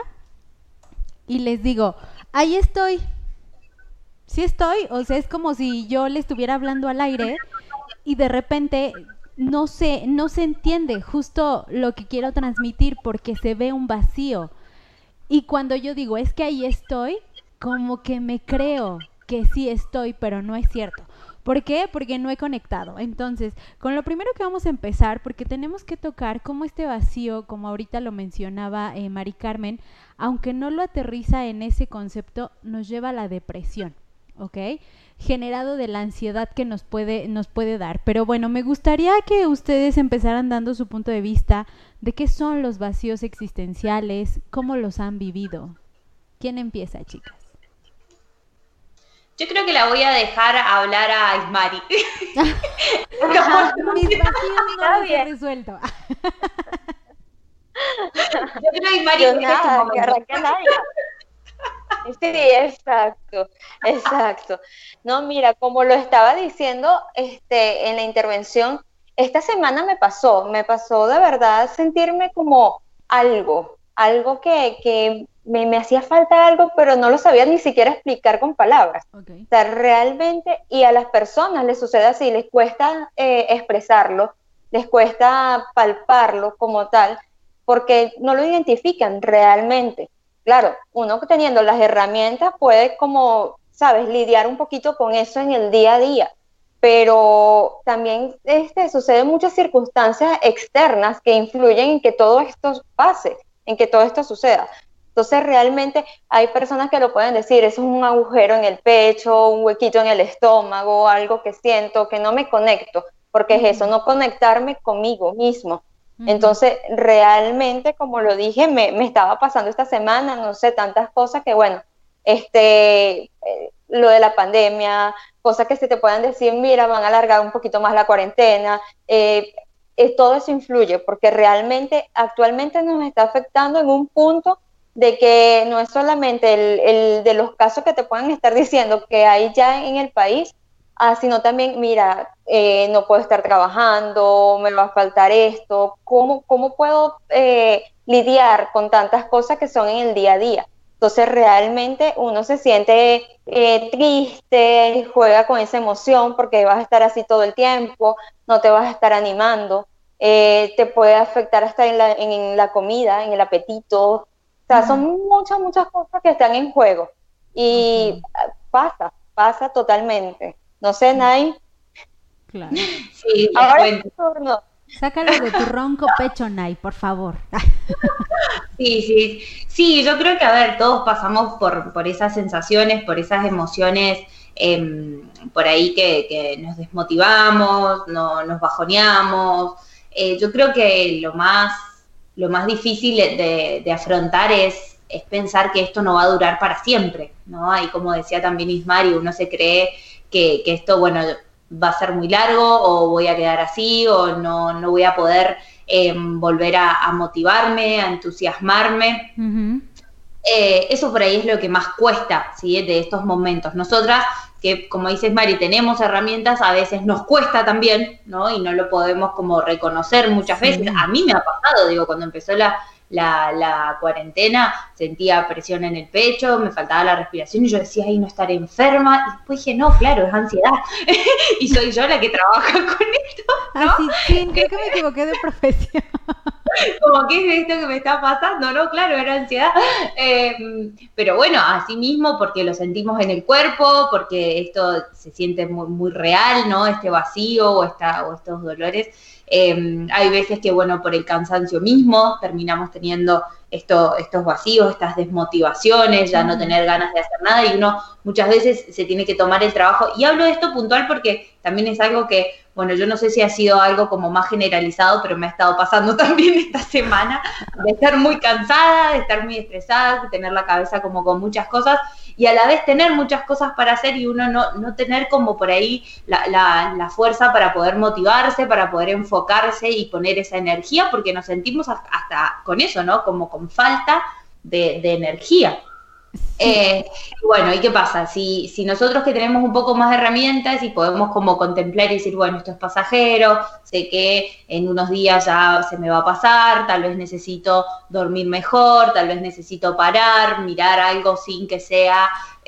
y les digo, ahí estoy. Sí estoy, o sea, es como si yo le estuviera hablando al aire y de repente no se entiende justo lo que quiero transmitir porque se ve un vacío. Y cuando yo digo, es que ahí estoy, como que me creo que sí estoy, pero no es cierto. ¿Por qué? Porque no he conectado. Entonces, con lo primero que vamos a empezar, porque tenemos que tocar cómo este vacío, como ahorita lo mencionaba Mari Carmen, aunque no lo aterriza en ese concepto, nos lleva a la depresión, ¿ok? Generado de la ansiedad que nos puede dar. Pero bueno, me gustaría que ustedes empezaran dando su punto de vista de qué son los vacíos existenciales, cómo los han vivido. ¿Quién empieza, chicas? Yo creo que la voy a dejar hablar a Ismari. Mis vacíos no los he resuelto. Yo creo que Ismari que arranque nadie. Sí, exacto. No, mira, como lo estaba diciendo en la intervención, esta semana me pasó de verdad sentirme como algo que me hacía falta algo, pero no lo sabía ni siquiera explicar con palabras. Okay. O sea, realmente, y a las personas les sucede así, les cuesta expresarlo, les cuesta palparlo como tal, porque no lo identifican realmente. Claro, uno teniendo las herramientas puede como, sabes, lidiar un poquito con eso en el día a día, pero también suceden muchas circunstancias externas que influyen en que todo esto pase, en que todo esto suceda. Entonces realmente hay personas que lo pueden decir, eso es un agujero en el pecho, un huequito en el estómago, algo que siento, que no me conecto, porque es eso, no conectarme conmigo mismo. Entonces, realmente, como lo dije, me estaba pasando esta semana, no sé, tantas cosas que, bueno, lo de la pandemia, cosas que se te puedan decir, mira, van a alargar un poquito más la cuarentena, todo eso influye, porque realmente actualmente nos está afectando en un punto de que no es solamente el de los casos que te pueden estar diciendo que hay ya en el país, sino también, mira, no puedo estar trabajando, me va a faltar esto, ¿cómo puedo lidiar con tantas cosas que son en el día a día? Entonces realmente uno se siente triste, juega con esa emoción porque vas a estar así todo el tiempo, no te vas a estar animando, te puede afectar hasta en la comida, en el apetito. O sea, son muchas cosas que están en juego y pasa totalmente. No sé, Nay. Claro. Sí, ahora es tu turno. Sácalo de tu ronco pecho, Nay, por favor. Sí, yo creo que, a ver, todos pasamos por esas sensaciones, por esas emociones, por ahí que nos desmotivamos, nos bajoneamos. Yo creo que lo más difícil de afrontar es pensar que esto no va a durar para siempre, ¿no? Y como decía también Ismari, uno se cree que esto, bueno, va a ser muy largo, o voy a quedar así, o no voy a poder volver a motivarme, a entusiasmarme. Uh-huh. Eso por ahí es lo que más cuesta, ¿sí? De estos momentos. Nosotras, que como dices Mari, tenemos herramientas, a veces nos cuesta también, ¿no? Y no lo podemos como reconocer muchas veces. A mí me ha pasado, digo, cuando empezó la cuarentena, sentía presión en el pecho, me faltaba la respiración y yo decía, ay, no estaré enferma. Y después dije, no, claro, es ansiedad. Y soy yo la que trabaja con esto, ¿no? Así, sí, creo que me equivoqué de profesión. Como, ¿qué es esto que me está pasando? No, claro, era ansiedad. Pero bueno, así mismo, porque lo sentimos en el cuerpo, porque esto se siente muy, muy real, ¿no? Este vacío o estos dolores. Hay veces que, bueno, por el cansancio mismo terminamos teniendo estos vacíos, estas desmotivaciones, ya no tener ganas de hacer nada, y uno muchas veces se tiene que tomar el trabajo. Y hablo de esto puntual porque también es algo que, bueno, yo no sé si ha sido algo como más generalizado, pero me ha estado pasando también esta semana, de estar muy cansada, de estar muy estresada, de tener la cabeza como con muchas cosas, y a la vez tener muchas cosas para hacer y uno no tener como por ahí la fuerza para poder motivarse, para poder enfocarse y poner esa energía, porque nos sentimos hasta con eso, ¿no? Como con falta de energía. Sí. Bueno, ¿y qué pasa? Si nosotros que tenemos un poco más de herramientas y podemos como contemplar y decir, bueno, esto es pasajero, sé que en unos días ya se me va a pasar, tal vez necesito dormir mejor, tal vez necesito parar, mirar algo sin que sea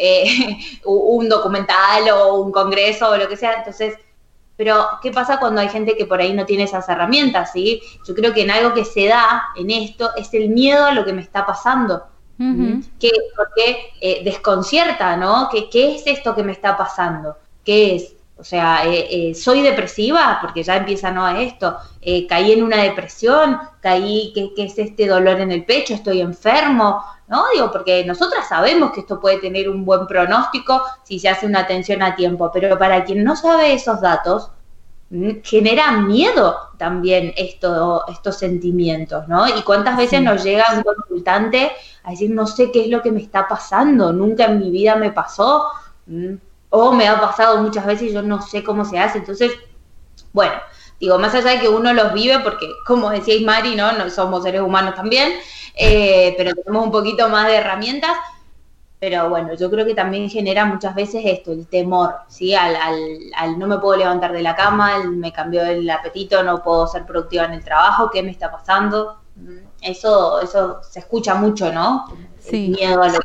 un documental o un congreso o lo que sea. Entonces, pero ¿qué pasa cuando hay gente que por ahí no tiene esas herramientas? ¿Sí? Yo creo que en algo que se da en esto es el miedo a lo que me está pasando. Uh-huh. Porque desconcierta, ¿no? ¿Qué es esto que me está pasando? ¿Qué es? O sea, ¿soy depresiva? Porque ya empieza, ¿no? A esto. ¿Caí en una depresión? ¿Qué es este dolor en el pecho? ¿Estoy enfermo? ¿No? Digo, porque nosotras sabemos que esto puede tener un buen pronóstico si se hace una atención a tiempo, pero para quien no sabe esos datos, genera miedo también estos sentimientos, ¿no? Y cuántas veces nos llega un consultante a decir, no sé qué es lo que me está pasando, nunca en mi vida me pasó, o me ha pasado muchas veces y yo no sé cómo se hace. Entonces, bueno, digo, más allá de que uno los vive, porque como decíais Mari, ¿no? Somos seres humanos también, pero tenemos un poquito más de herramientas. Pero bueno, yo creo que también genera muchas veces esto, el temor, ¿sí? Al no me puedo levantar de la cama, me cambió el apetito, no puedo ser productiva en el trabajo, ¿qué me está pasando? Eso se escucha mucho, ¿no? Sí. El miedo a lo...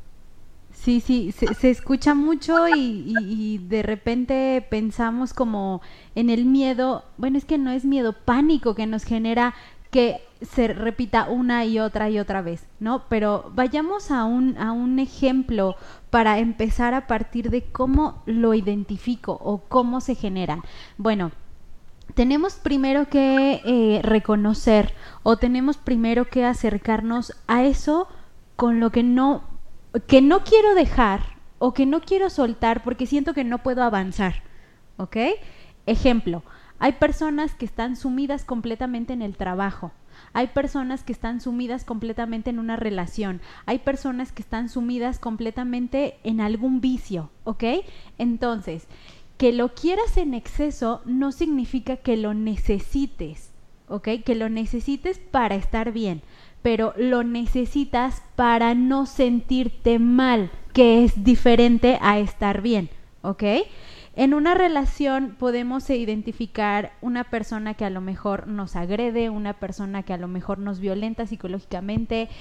Sí, se escucha mucho y de repente pensamos como en el miedo, bueno, es que no es miedo, pánico que nos genera que se repita una y otra vez, ¿no? Pero vayamos a un ejemplo para empezar a partir de cómo lo identifico o cómo se generan. Bueno, tenemos primero que reconocer o tenemos primero que acercarnos a eso con lo que no quiero dejar o que no quiero soltar porque siento que no puedo avanzar, ¿ok? Ejemplo, hay personas que están sumidas completamente en el trabajo. Hay personas que están sumidas completamente en una relación. Hay personas que están sumidas completamente en algún vicio, ¿ok? Entonces, que lo quieras en exceso no significa que lo necesites, ¿ok? Que lo necesites para estar bien, pero lo necesitas para no sentirte mal, que es diferente a estar bien, ¿ok? En una relación podemos identificar una persona que a lo mejor nos agrede, una persona que a lo mejor nos violenta psicológicamente,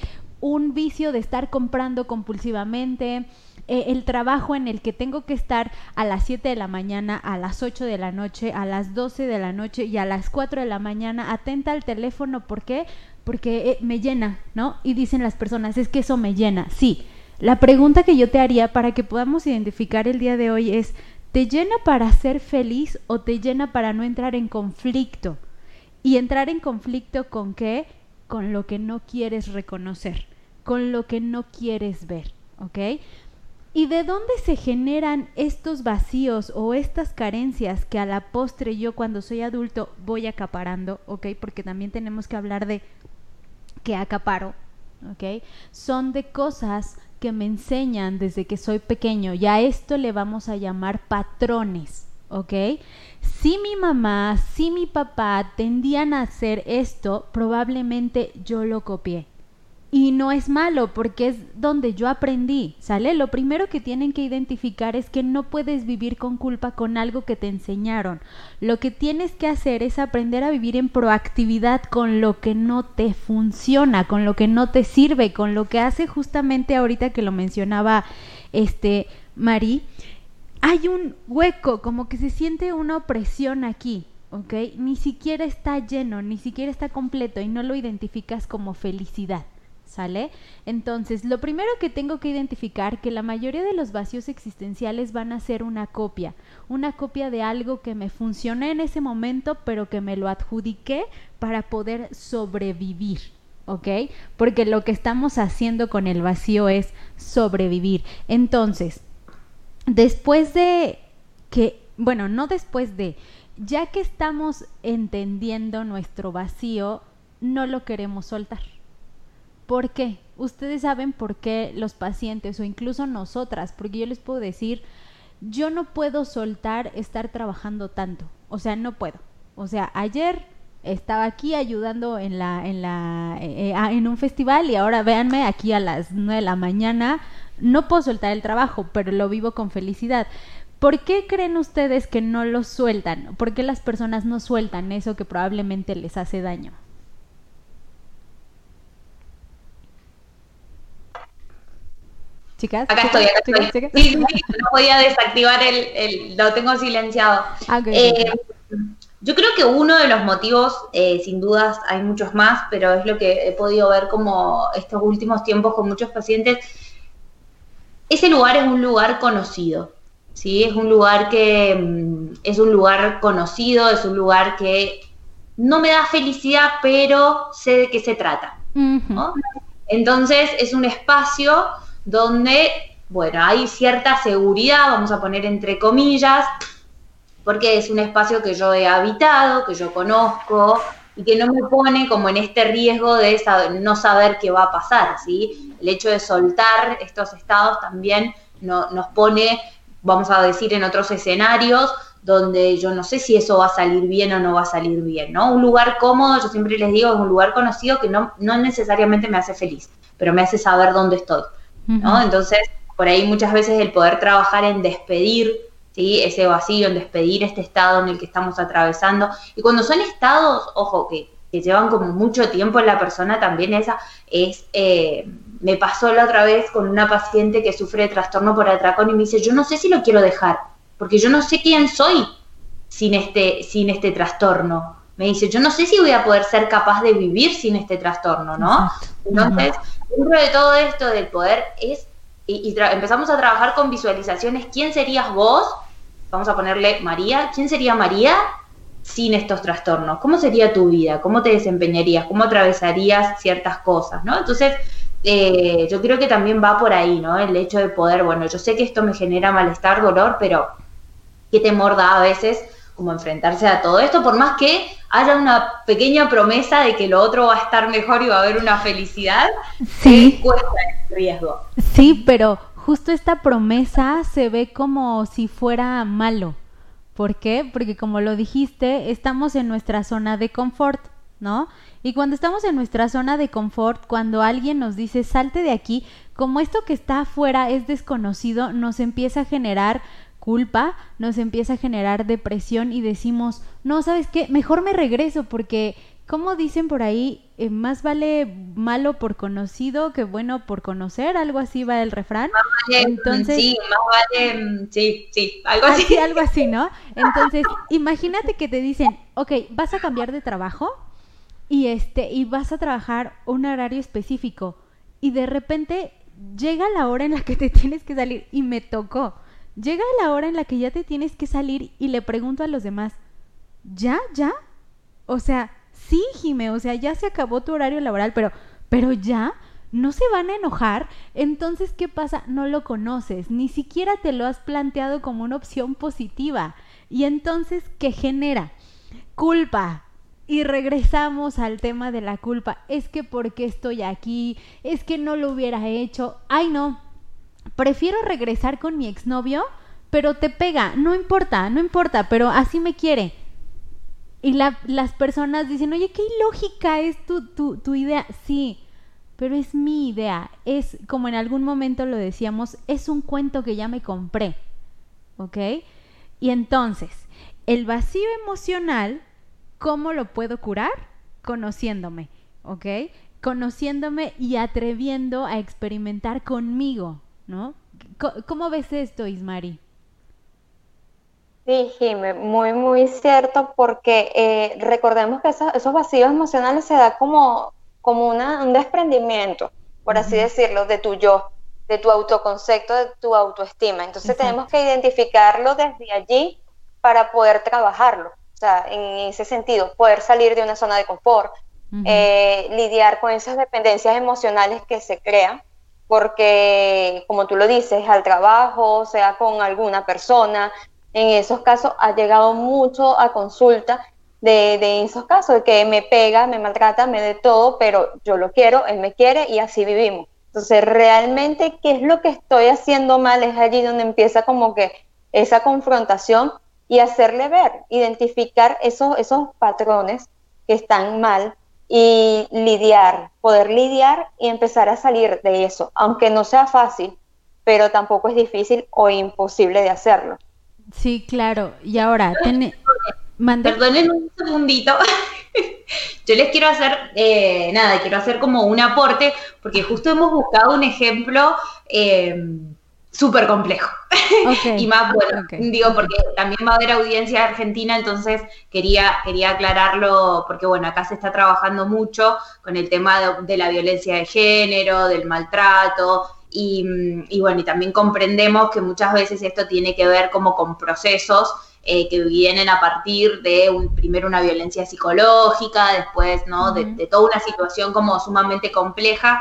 un vicio de estar comprando compulsivamente, el trabajo en el que tengo que estar a las 7 de la mañana, a las 8 de la noche, a las 12 de la noche y a las 4 de la mañana atenta al teléfono. ¿Por qué? Porque me llena, ¿no? Y dicen las personas, es que eso me llena. Sí, la pregunta que yo te haría para que podamos identificar el día de hoy es, ¿te llena para ser feliz o te llena para no entrar en conflicto? ¿Y entrar en conflicto con qué? Con lo que no quieres reconocer, con lo que no quieres ver, ¿ok? ¿Y de dónde se generan estos vacíos o estas carencias que a la postre yo cuando soy adulto voy acaparando, ¿ok? Porque también tenemos que hablar de que acaparo, ¿ok? Son de cosas que me enseñan desde que soy pequeño y a esto le vamos a llamar patrones, ¿ok? Si mi mamá, si mi papá tendían a hacer esto, probablemente yo lo copié. Y no es malo porque es donde yo aprendí, ¿sale? Lo primero que tienen que identificar es que no puedes vivir con culpa con algo que te enseñaron. Lo que tienes que hacer es aprender a vivir en proactividad con lo que no te funciona, con lo que no te sirve, con lo que hace justamente ahorita que lo mencionaba Mari. Hay un hueco, como que se siente una opresión aquí, ¿ok? Ni siquiera está lleno, ni siquiera está completo y no lo identificas como felicidad. ¿Sale? Entonces, lo primero que tengo que identificar que la mayoría de los vacíos existenciales van a ser una copia de algo que me funcionó en ese momento, pero que me lo adjudiqué para poder sobrevivir, ¿ok? Porque lo que estamos haciendo con el vacío es sobrevivir. Entonces, después de que, bueno, no después de, ya que estamos entendiendo nuestro vacío, no lo queremos soltar. ¿Por qué? Ustedes saben por qué los pacientes o incluso nosotras, porque yo les puedo decir, yo no puedo soltar estar trabajando tanto, o sea, no puedo. O sea, ayer estaba aquí ayudando en un festival y ahora véanme aquí a las 9 de la mañana, no puedo soltar el trabajo, pero lo vivo con felicidad. ¿Por qué creen ustedes que no lo sueltan? ¿Por qué las personas no sueltan eso que probablemente les hace daño? Chicas, acá estoy. Sí, no podía desactivar lo tengo silenciado. Okay. Yo creo que uno de los motivos, sin dudas hay muchos más, pero es lo que he podido ver como estos últimos tiempos con muchos pacientes, ese lugar es un lugar conocido, ¿sí? Es un lugar conocido, es un lugar que no me da felicidad, pero sé de qué se trata, ¿no? Entonces es un espacio donde, bueno, hay cierta seguridad, vamos a poner entre comillas, porque es un espacio que yo he habitado, que yo conozco y que no me pone como en este riesgo de no saber qué va a pasar, ¿sí? El hecho de soltar estos estados también nos pone, vamos a decir, en otros escenarios donde yo no sé si eso va a salir bien o no va a salir bien, ¿no? Un lugar cómodo, yo siempre les digo, es un lugar conocido que no necesariamente me hace feliz, pero me hace saber dónde estoy, ¿no? Entonces, por ahí muchas veces el poder trabajar en despedir, ¿sí? Ese vacío, en despedir este estado en el que estamos atravesando. Y cuando son estados, ojo, que llevan como mucho tiempo en la persona, también me pasó la otra vez con una paciente que sufre de trastorno por atracón y me dice, yo no sé si lo quiero dejar, porque yo no sé quién soy sin este trastorno. Me dice, yo no sé si voy a poder ser capaz de vivir sin este trastorno, ¿no? Entonces, dentro de todo esto del poder empezamos a trabajar con visualizaciones. ¿Quién serías vos? Vamos a ponerle María. ¿Quién sería María sin estos trastornos? ¿Cómo sería tu vida? ¿Cómo te desempeñarías? ¿Cómo atravesarías ciertas cosas, ¿no? Entonces, yo creo que también va por ahí, ¿no? El hecho de poder, bueno, yo sé que esto me genera malestar, dolor, pero qué temor da a veces como enfrentarse a todo esto, por más que haya una pequeña promesa de que lo otro va a estar mejor y va a haber una felicidad, sí, cuesta el riesgo. Sí, pero justo esta promesa se ve como si fuera malo. ¿Por qué? Porque como lo dijiste, estamos en nuestra zona de confort, ¿no? Y cuando estamos en nuestra zona de confort, cuando alguien nos dice, salte de aquí, como esto que está afuera es desconocido, nos empieza a generar culpa, nos empieza a generar depresión y decimos, no, ¿sabes qué? Mejor me regreso porque ¿cómo dicen por ahí? Más vale malo por conocido que bueno por conocer, algo así va el refrán. Entonces, sí, más vale, sí, algo así. Así, algo así, ¿no? Entonces, imagínate que te dicen, ok, vas a cambiar de trabajo y vas a trabajar un horario específico y de repente llega la hora en la que te tienes que salir y me tocó. Llega la hora en la que ya te tienes que salir y le pregunto a los demás, ¿ya? O sea, sí, Jime, o sea, ya se acabó tu horario laboral, pero ya, ¿no se van a enojar? Entonces, ¿qué pasa? No lo conoces, ni siquiera te lo has planteado como una opción positiva. Y entonces, ¿qué genera? Culpa. Y regresamos al tema de la culpa. Es que ¿por qué estoy aquí? Es que no lo hubiera hecho. Ay, no. Prefiero regresar con mi exnovio, pero te pega. No importa, pero así me quiere. Y las personas dicen, oye, qué ilógica es tu idea. Sí, pero es mi idea. Es, como en algún momento lo decíamos, es un cuento que ya me compré. ¿Ok? Y entonces, el vacío emocional, ¿cómo lo puedo curar? Conociéndome, ¿ok? Conociéndome y atreviendo a experimentar conmigo, ¿no? ¿Cómo ves esto, Ismari? Sí, Jimé, muy, muy cierto, porque recordemos que esos vacíos emocionales se da como un desprendimiento, por así decirlo, de tu yo, de tu autoconcepto, de tu autoestima. Entonces Exacto. tenemos que identificarlo desde allí para poder trabajarlo. O sea, en ese sentido, poder salir de una zona de confort, lidiar con esas dependencias emocionales que se crean, porque, como tú lo dices, al trabajo, sea con alguna persona, en esos casos ha llegado mucho a consulta de esos casos, de que me pega, me maltrata, me de todo, pero yo lo quiero, él me quiere y así vivimos. Entonces, realmente, ¿qué es lo que estoy haciendo mal? Es allí donde empieza como que esa confrontación y hacerle ver, identificar esos patrones que están mal y poder lidiar y empezar a salir de eso, aunque no sea fácil, pero tampoco es difícil o imposible de hacerlo. Sí, claro. Y ahora, ¿mande? Perdonen un segundito. Yo les quiero hacer, quiero hacer como un aporte, porque justo hemos buscado un ejemplo súper complejo. Okay. Y más bueno, porque también va a haber audiencia argentina, entonces quería aclararlo, porque bueno, acá se está trabajando mucho con el tema de la violencia de género, del maltrato, y bueno, y también comprendemos que muchas veces esto tiene que ver como con procesos que vienen a partir de primero una violencia psicológica, después, ¿no? De toda una situación como sumamente compleja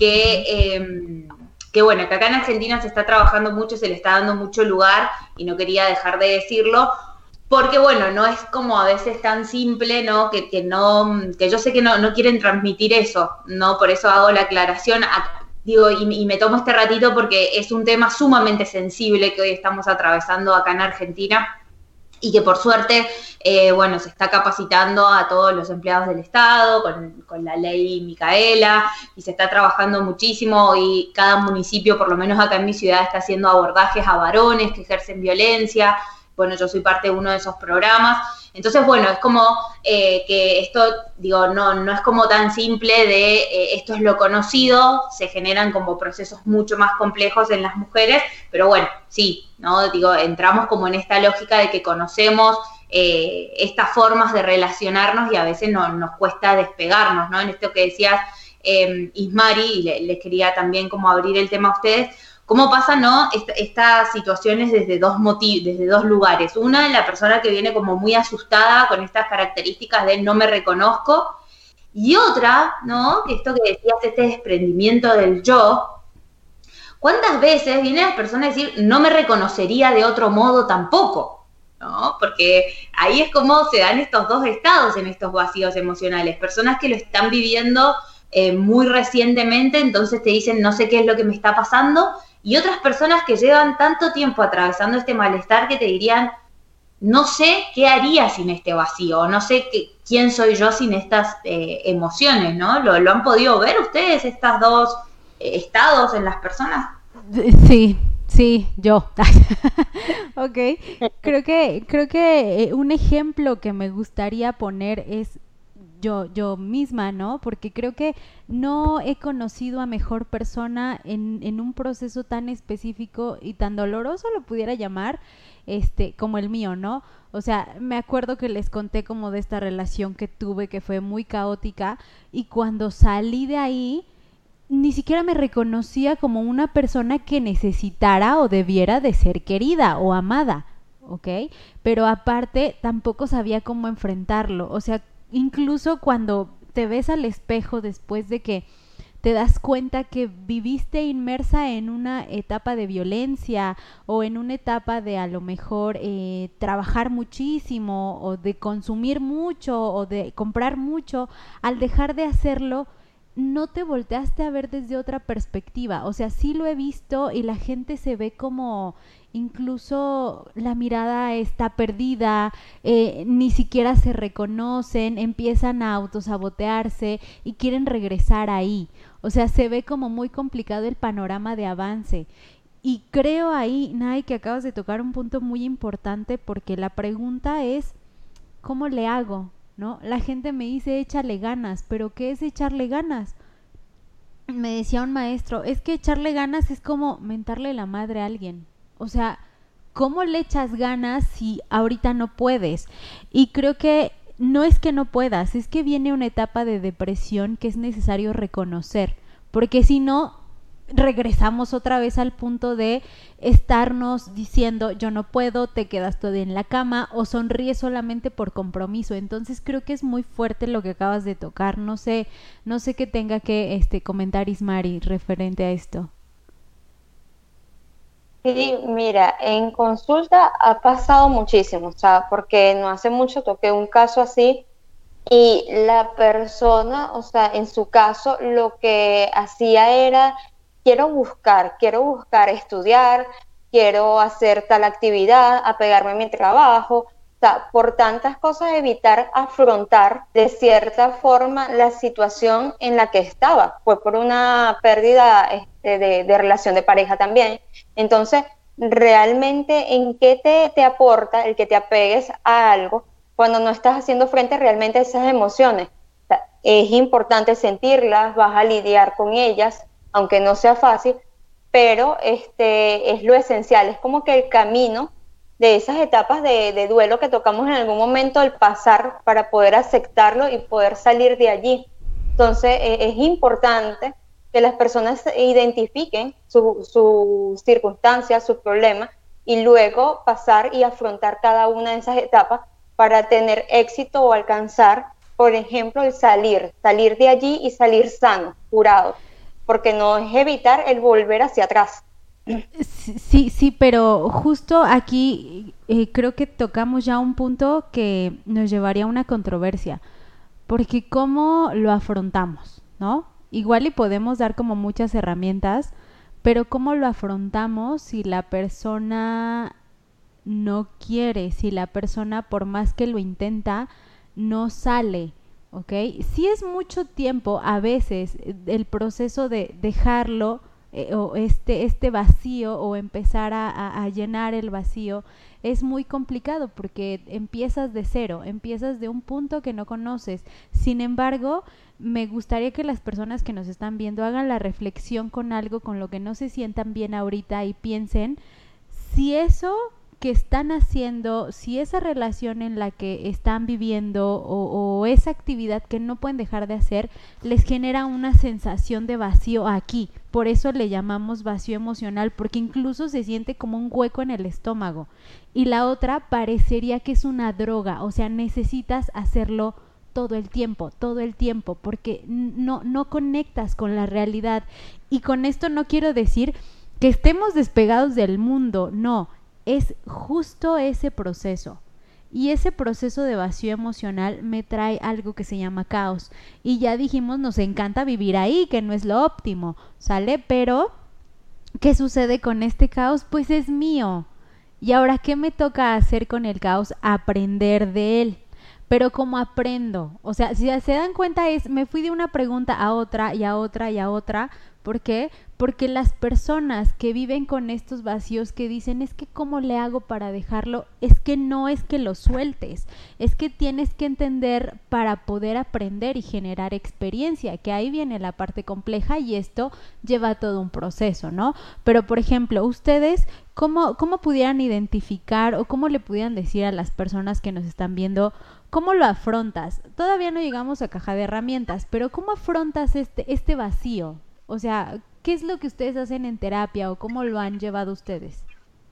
que bueno, que acá en Argentina se está trabajando mucho, se le está dando mucho lugar y no quería dejar de decirlo, porque bueno, no es como a veces tan simple, ¿no? Que yo sé que no quieren transmitir eso, ¿no? Por eso hago la aclaración, y me tomo este ratito porque es un tema sumamente sensible que hoy estamos atravesando acá en Argentina y que por suerte, bueno, se está capacitando a todos los empleados del Estado con la ley Micaela y se está trabajando muchísimo y cada municipio, por lo menos acá en mi ciudad, está haciendo abordajes a varones que ejercen violencia. Bueno, yo soy parte de uno de esos programas. Entonces, bueno, es como que esto, no es como tan simple de esto es lo conocido, se generan como procesos mucho más complejos en las mujeres, pero bueno, sí, ¿no? Entramos como en esta lógica de que conocemos estas formas de relacionarnos y a veces nos cuesta despegarnos, ¿no? En esto que decías, Ismari, y les quería también como abrir el tema a ustedes, ¿cómo pasa, no? Estas situaciones desde dos lugares. Una, la persona que viene como muy asustada con estas características de no me reconozco. Y otra, ¿no? Que esto que decías, este desprendimiento del yo. ¿Cuántas veces viene la persona a decir no me reconocería de otro modo tampoco? ¿No? Porque ahí es como se dan estos dos estados en estos vacíos emocionales. Personas que lo están viviendo muy recientemente, entonces te dicen no sé qué es lo que me está pasando. Y otras personas que llevan tanto tiempo atravesando este malestar que te dirían, no sé qué haría sin este vacío, no sé quién soy yo sin estas emociones, ¿no? ¿Lo han podido ver ustedes, estos dos estados en las personas? Sí, yo. Ok, creo que un ejemplo que me gustaría poner es, yo misma, ¿no? Porque creo que no he conocido a mejor persona en un proceso tan específico y tan doloroso, lo pudiera llamar, como el mío, ¿no? O sea, me acuerdo que les conté como de esta relación que tuve, que fue muy caótica, y cuando salí de ahí, ni siquiera me reconocía como una persona que necesitara o debiera de ser querida o amada, ¿ok? Pero aparte tampoco sabía cómo enfrentarlo, o sea, incluso cuando te ves al espejo después de que te das cuenta que viviste inmersa en una etapa de violencia o en una etapa de a lo mejor trabajar muchísimo o de consumir mucho o de comprar mucho, al dejar de hacerlo no te volteaste a ver desde otra perspectiva. O sea, sí lo he visto y la gente se ve como incluso la mirada está perdida, ni siquiera se reconocen, empiezan a autosabotearse y quieren regresar ahí. O sea, se ve como muy complicado el panorama de avance. Y creo ahí, Nay, que acabas de tocar un punto muy importante, porque la pregunta es, ¿cómo le hago? ¿No? La gente me dice, échale ganas, pero ¿qué es echarle ganas? Me decía un maestro, es que echarle ganas es como mentarle la madre a alguien. O sea, ¿cómo le echas ganas si ahorita no puedes? Y creo que no es que no puedas, es que viene una etapa de depresión que es necesario reconocer, porque si no, regresamos otra vez al punto de estarnos diciendo yo no puedo, te quedas todo en la cama o sonríes solamente por compromiso. Entonces creo que es muy fuerte lo que acabas de tocar. No sé qué tenga que comentar Ismari referente a esto. Sí, mira, en consulta ha pasado muchísimo, o sea, porque no hace mucho toqué un caso así y la persona, o sea, en su caso lo que hacía era quiero buscar estudiar, quiero hacer tal actividad, apegarme a mi trabajo, o sea, por tantas cosas evitar afrontar de cierta forma la situación en la que estaba. Fue por una pérdida de relación de pareja también. Entonces, realmente, ¿en qué te aporta el que te apegues a algo cuando no estás haciendo frente realmente a esas emociones? O sea, es importante sentirlas, vas a lidiar con ellas, aunque no sea fácil, pero es lo esencial, es como que el camino de esas etapas de duelo que tocamos en algún momento, el pasar para poder aceptarlo y poder salir de allí. Entonces, es importante que las personas identifiquen sus circunstancias, sus problemas, y luego pasar y afrontar cada una de esas etapas para tener éxito o alcanzar, por ejemplo, el salir de allí y salir sano, curado, porque no es evitar el volver hacia atrás. Sí, pero justo aquí creo que tocamos ya un punto que nos llevaría a una controversia, porque ¿cómo lo afrontamos? ¿No? Igual y podemos dar como muchas herramientas, pero ¿cómo lo afrontamos si la persona no quiere, si la persona por más que lo intenta, no sale? ¿Ok? Sí es mucho tiempo a veces el proceso de dejarlo o este vacío o empezar a llenar el vacío es muy complicado porque empiezas de cero, empiezas de un punto que no conoces. Sin embargo, me gustaría que las personas que nos están viendo hagan la reflexión con algo con lo que no se sientan bien ahorita y piensen si eso que están haciendo, si esa relación en la que están viviendo o esa actividad que no pueden dejar de hacer les genera una sensación de vacío aquí. Por eso le llamamos vacío emocional, porque incluso se siente como un hueco en el estómago. Y la otra parecería que es una droga, o sea, necesitas hacerlo todo el tiempo, porque no conectas con la realidad. Y con esto no quiero decir que estemos despegados del mundo, no. Es justo ese proceso. Y ese proceso de vacío emocional me trae algo que se llama caos. Y ya dijimos, nos encanta vivir ahí, que no es lo óptimo, ¿sale? Pero, ¿qué sucede con este caos? Pues es mío. Y ahora, ¿qué me toca hacer con el caos? Aprender de él. pero ¿cómo aprendo? O sea, si se dan cuenta me fui de una pregunta a otra y a otra y a otra. ¿Por qué? Porque las personas que viven con estos vacíos que dicen, es que ¿cómo le hago para dejarlo? Es que no es que lo sueltes, es que tienes que entender para poder aprender y generar experiencia, que ahí viene la parte compleja y esto lleva todo un proceso, ¿no? Pero, por ejemplo, ustedes, ¿cómo pudieran identificar o cómo le pudieran decir a las personas que nos están viendo, cómo lo afrontas? Todavía no llegamos a caja de herramientas, pero ¿cómo afrontas este vacío? O sea, ¿qué es lo que ustedes hacen en terapia o cómo lo han llevado ustedes?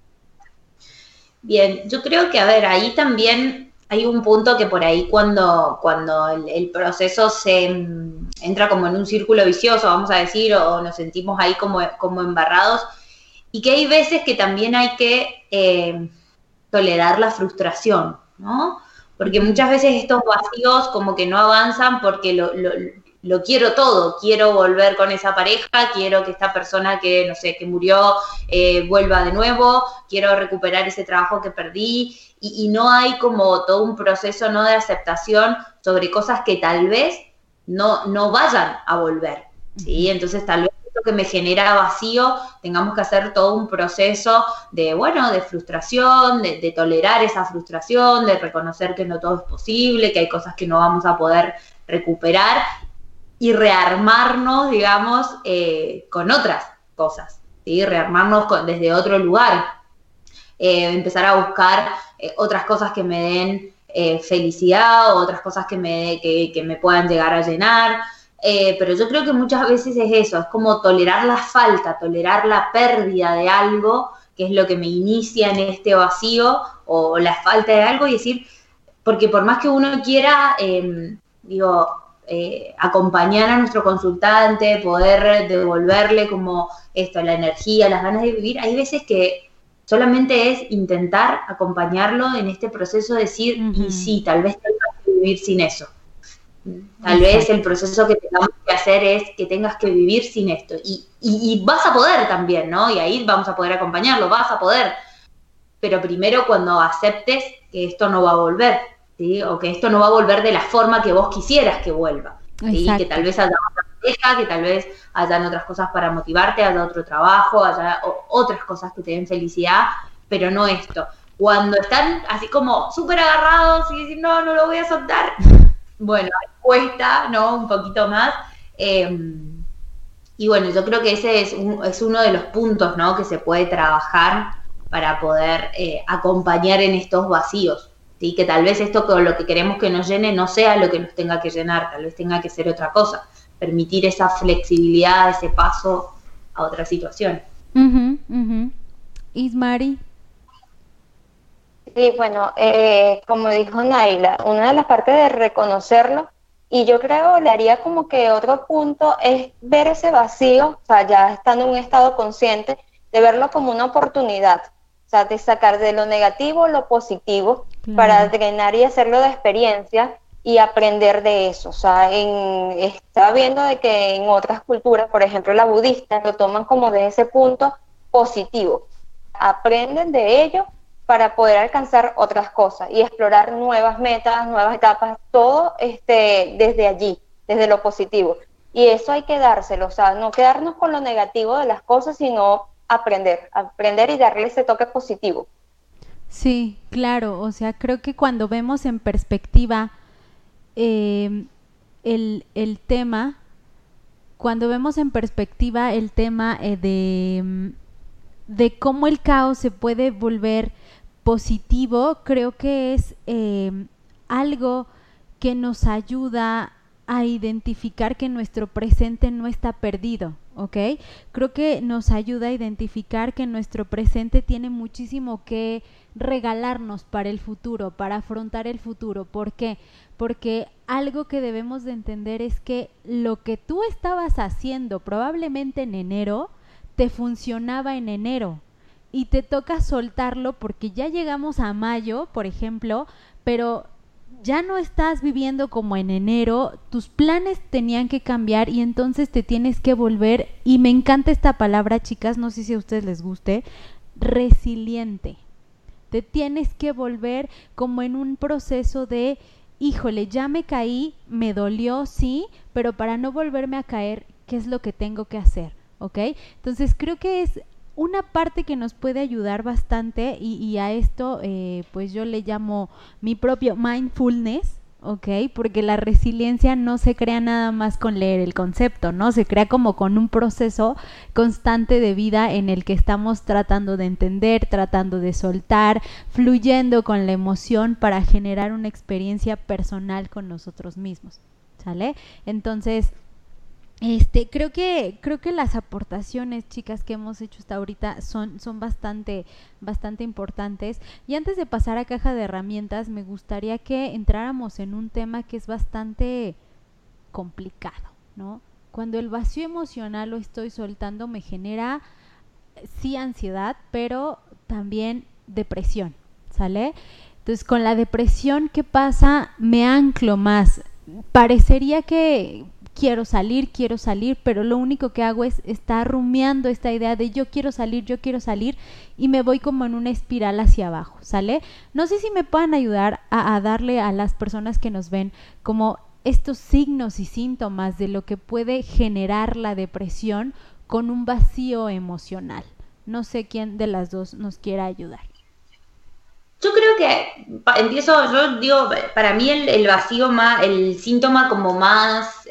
Bien, yo creo que, a ver, ahí también hay un punto que por ahí cuando el proceso se entra como en un círculo vicioso, vamos a decir, o nos sentimos ahí como embarrados, y que hay veces que también hay que tolerar la frustración, ¿no? Porque muchas veces estos vacíos como que no avanzan porque lo quiero todo, quiero volver con esa pareja, quiero que esta persona que, no sé, que murió vuelva de nuevo, quiero recuperar ese trabajo que perdí, y no hay como todo un proceso, ¿no?, de aceptación sobre cosas que tal vez no vayan a volver, ¿sí? Entonces tal vez esto que me genera vacío, tengamos que hacer todo un proceso de frustración, de tolerar esa frustración, de reconocer que no todo es posible, que hay cosas que no vamos a poder recuperar, y rearmarnos, digamos, con otras cosas, ¿sí? Rearmarnos desde otro lugar, empezar a buscar otras cosas que me den felicidad, o otras cosas que me puedan llegar a llenar, pero yo creo que muchas veces es eso, es como tolerar la falta, tolerar la pérdida de algo, que es lo que me inicia en este vacío, o la falta de algo, y decir, porque por más que uno quiera, acompañar a nuestro consultante, poder devolverle como esto, la energía, las ganas de vivir, hay veces que solamente es intentar acompañarlo en este proceso de decir, y sí, tal vez tengas que vivir sin eso. Tal vez el proceso que tengamos que hacer es que tengas que vivir sin esto. Y vas a poder también, ¿no? Y ahí vamos a poder acompañarlo, vas a poder. Pero primero cuando aceptes que esto no va a volver, ¿sí? O que esto no va a volver de la forma que vos quisieras que vuelva, ¿sí? Que tal vez haya otra pareja, que tal vez hayan otras cosas para motivarte, haya otro trabajo, haya otras cosas que te den felicidad, pero no esto. Cuando están así como súper agarrados y dicen, no lo voy a soltar, bueno, cuesta, ¿no?, un poquito más. Y bueno, yo creo que ese es uno de los puntos, ¿no?, que se puede trabajar para poder acompañar en estos vacíos, ¿sí? Que tal vez esto con lo que queremos que nos llene no sea lo que nos tenga que llenar, tal vez tenga que ser otra cosa, permitir esa flexibilidad, ese paso a otra situación. Ismari. Sí, bueno, como dijo Naila, una de las partes de reconocerlo, y yo creo le haría como que otro punto es ver ese vacío, o sea, ya estando en un estado consciente, de verlo como una oportunidad, o sea, de sacar de lo negativo lo positivo, claro, para drenar y hacerlo de experiencia y aprender de eso. O sea, estaba viendo de que en otras culturas, por ejemplo la budista, lo toman como de ese punto positivo, aprenden de ello para poder alcanzar otras cosas y explorar nuevas metas, nuevas etapas, todo desde allí, desde lo positivo. Y eso hay que dárselo, o sea, no quedarnos con lo negativo de las cosas, sino aprender y darle ese toque positivo. Sí, claro, o sea, creo que cuando vemos en perspectiva el tema, de cómo el caos se puede volver positivo, creo que es algo que nos ayuda a identificar que nuestro presente no está perdido, ¿ok? Creo que nos ayuda a identificar que nuestro presente tiene muchísimo que regalarnos para el futuro, para afrontar el futuro. ¿Por qué? Porque algo que debemos de entender es que lo que tú estabas haciendo probablemente en enero, te funcionaba en enero y te toca soltarlo porque ya llegamos a mayo, por ejemplo, pero ya no estás viviendo como en enero, tus planes tenían que cambiar y entonces te tienes que volver, y me encanta esta palabra, chicas, no sé si a ustedes les guste, resiliente. Te tienes que volver como en un proceso de híjole, ya me caí, me dolió, sí, pero para no volverme a caer, ¿qué es lo que tengo que hacer? ¿Ok? Entonces creo que es una parte que nos puede ayudar bastante y a esto pues yo le llamo mi propio mindfulness, ¿ok? Porque la resiliencia no se crea nada más con leer el concepto, ¿no? Se crea como con un proceso constante de vida en el que estamos tratando de entender, tratando de soltar, fluyendo con la emoción para generar una experiencia personal con nosotros mismos, ¿sale? Entonces, creo que las aportaciones, chicas, que hemos hecho hasta ahorita son bastante importantes. Y antes de pasar a caja de herramientas, me gustaría que entráramos en un tema que es bastante complicado, ¿no? Cuando el vacío emocional lo estoy soltando me genera, sí, ansiedad, pero también depresión, ¿sale? Entonces, con la depresión, ¿qué pasa? Me anclo más. Parecería que quiero salir, pero lo único que hago es estar rumiando esta idea de yo quiero salir y me voy como en una espiral hacia abajo, ¿sale? No sé si me puedan ayudar a darle a las personas que nos ven como estos signos y síntomas de lo que puede generar la depresión con un vacío emocional. No sé quién de las dos nos quiera ayudar. Yo creo que yo digo, para mí el vacío más, el síntoma como más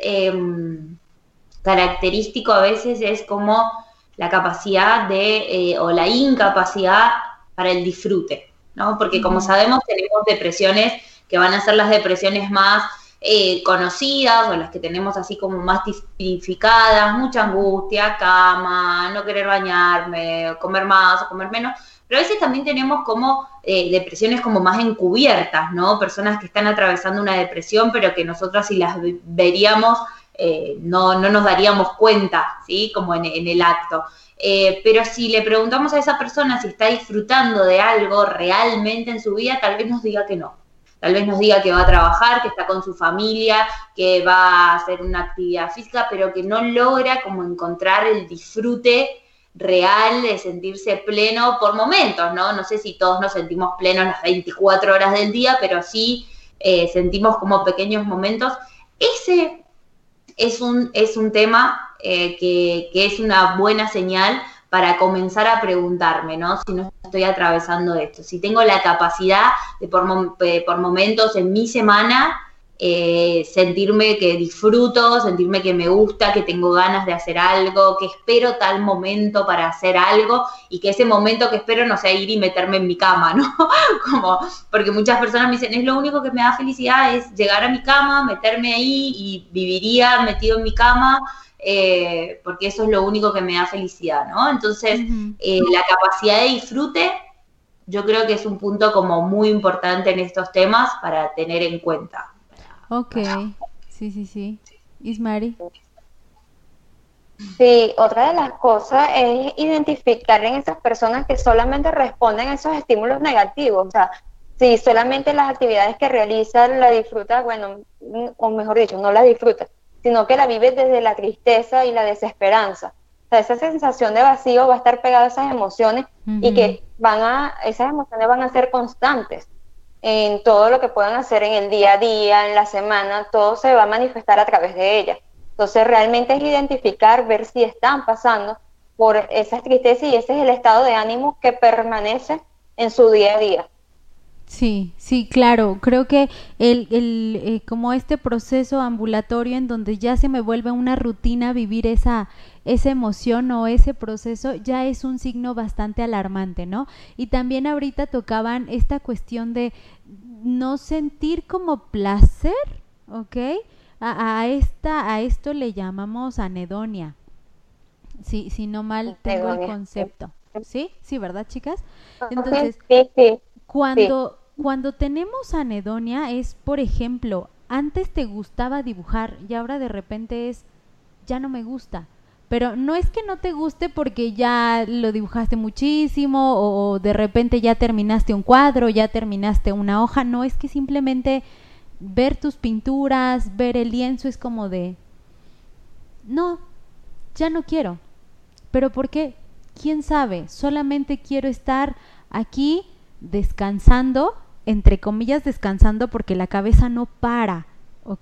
característico a veces es como la capacidad o la incapacidad para el disfrute, ¿no? Porque como sabemos tenemos depresiones que van a ser las depresiones más conocidas o las que tenemos así como más tipificadas, mucha angustia, cama, no querer bañarme, comer más o comer menos. Pero a veces también tenemos como depresiones como más encubiertas, ¿no? Personas que están atravesando una depresión, pero que nosotros si las veríamos no nos daríamos cuenta, ¿sí? Como en el acto. Pero si le preguntamos a esa persona si está disfrutando de algo realmente en su vida, tal vez nos diga que no. Tal vez nos diga que va a trabajar, que está con su familia, que va a hacer una actividad física, pero que no logra como encontrar el disfrute real de sentirse pleno por momentos, ¿no? No sé si todos nos sentimos plenos las 24 horas del día, pero sí sentimos como pequeños momentos. Ese es un tema que es una buena señal para comenzar a preguntarme, ¿no? Si no estoy atravesando esto, si tengo la capacidad de por momentos en mi semana sentirme que disfruto, sentirme que me gusta, que tengo ganas de hacer algo, que espero tal momento para hacer algo y que ese momento que espero no sea ir y meterme en mi cama, ¿no? Como, porque muchas personas me dicen, es lo único que me da felicidad es llegar a mi cama, meterme ahí y viviría metido en mi cama, porque eso es lo único que me da felicidad, ¿no? Entonces, la capacidad de disfrute yo creo que es un punto como muy importante en estos temas para tener en cuenta. Ok, sí. Ismari. Sí, otra de las cosas es identificar en esas personas que solamente responden a esos estímulos negativos. O sea, si solamente las actividades que realizan la disfruta, bueno, o mejor dicho, no la disfruta, sino que la vive desde la tristeza y la desesperanza. O sea, esa sensación de vacío va a estar pegada a esas emociones y que esas emociones van a ser constantes en todo lo que puedan hacer en el día a día, en la semana, todo se va a manifestar a través de ellas. Entonces realmente es identificar, ver si están pasando por esas tristezas y ese es el estado de ánimo que permanece en su día a día. Sí, claro, creo que como este proceso ambulatorio en donde ya se me vuelve una rutina vivir esa emoción o ese proceso ya es un signo bastante alarmante, ¿no? Y también ahorita tocaban esta cuestión de no sentir como placer, ¿ok? A esto le llamamos anedonia, si no mal tengo el concepto, ¿sí? Sí, ¿verdad, chicas? Entonces, sí. Cuando tenemos anedonia es, por ejemplo, antes te gustaba dibujar y ahora de repente ya no me gusta. Pero no es que no te guste porque ya lo dibujaste muchísimo o de repente ya terminaste un cuadro, ya terminaste una hoja. No, es que simplemente ver tus pinturas, ver el lienzo es como de, no, ya no quiero. ¿Pero por qué? ¿Quién sabe? Solamente quiero estar aquí descansando entre comillas, descansando porque la cabeza no para, ¿ok?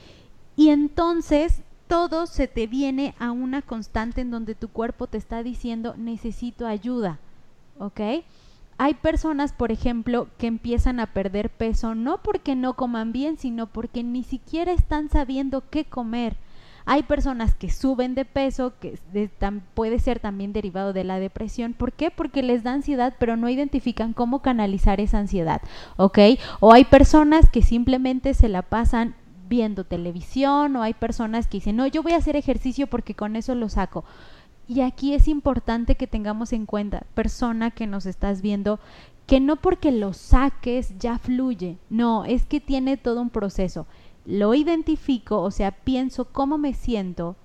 Y entonces todo se te viene a una constante en donde tu cuerpo te está diciendo necesito ayuda, ¿ok? Hay personas, por ejemplo, que empiezan a perder peso no porque no coman bien, sino porque ni siquiera están sabiendo qué comer. Hay personas que suben de peso, que puede ser también derivado de la depresión. ¿Por qué? Porque les da ansiedad, pero no identifican cómo canalizar esa ansiedad, ¿ok? O hay personas que simplemente se la pasan viendo televisión, o hay personas que dicen, no, yo voy a hacer ejercicio porque con eso lo saco. Y aquí es importante que tengamos en cuenta, persona que nos estás viendo, que no porque lo saques ya fluye, no, es que tiene todo un proceso. Lo identifico, o sea, pienso cómo me siento,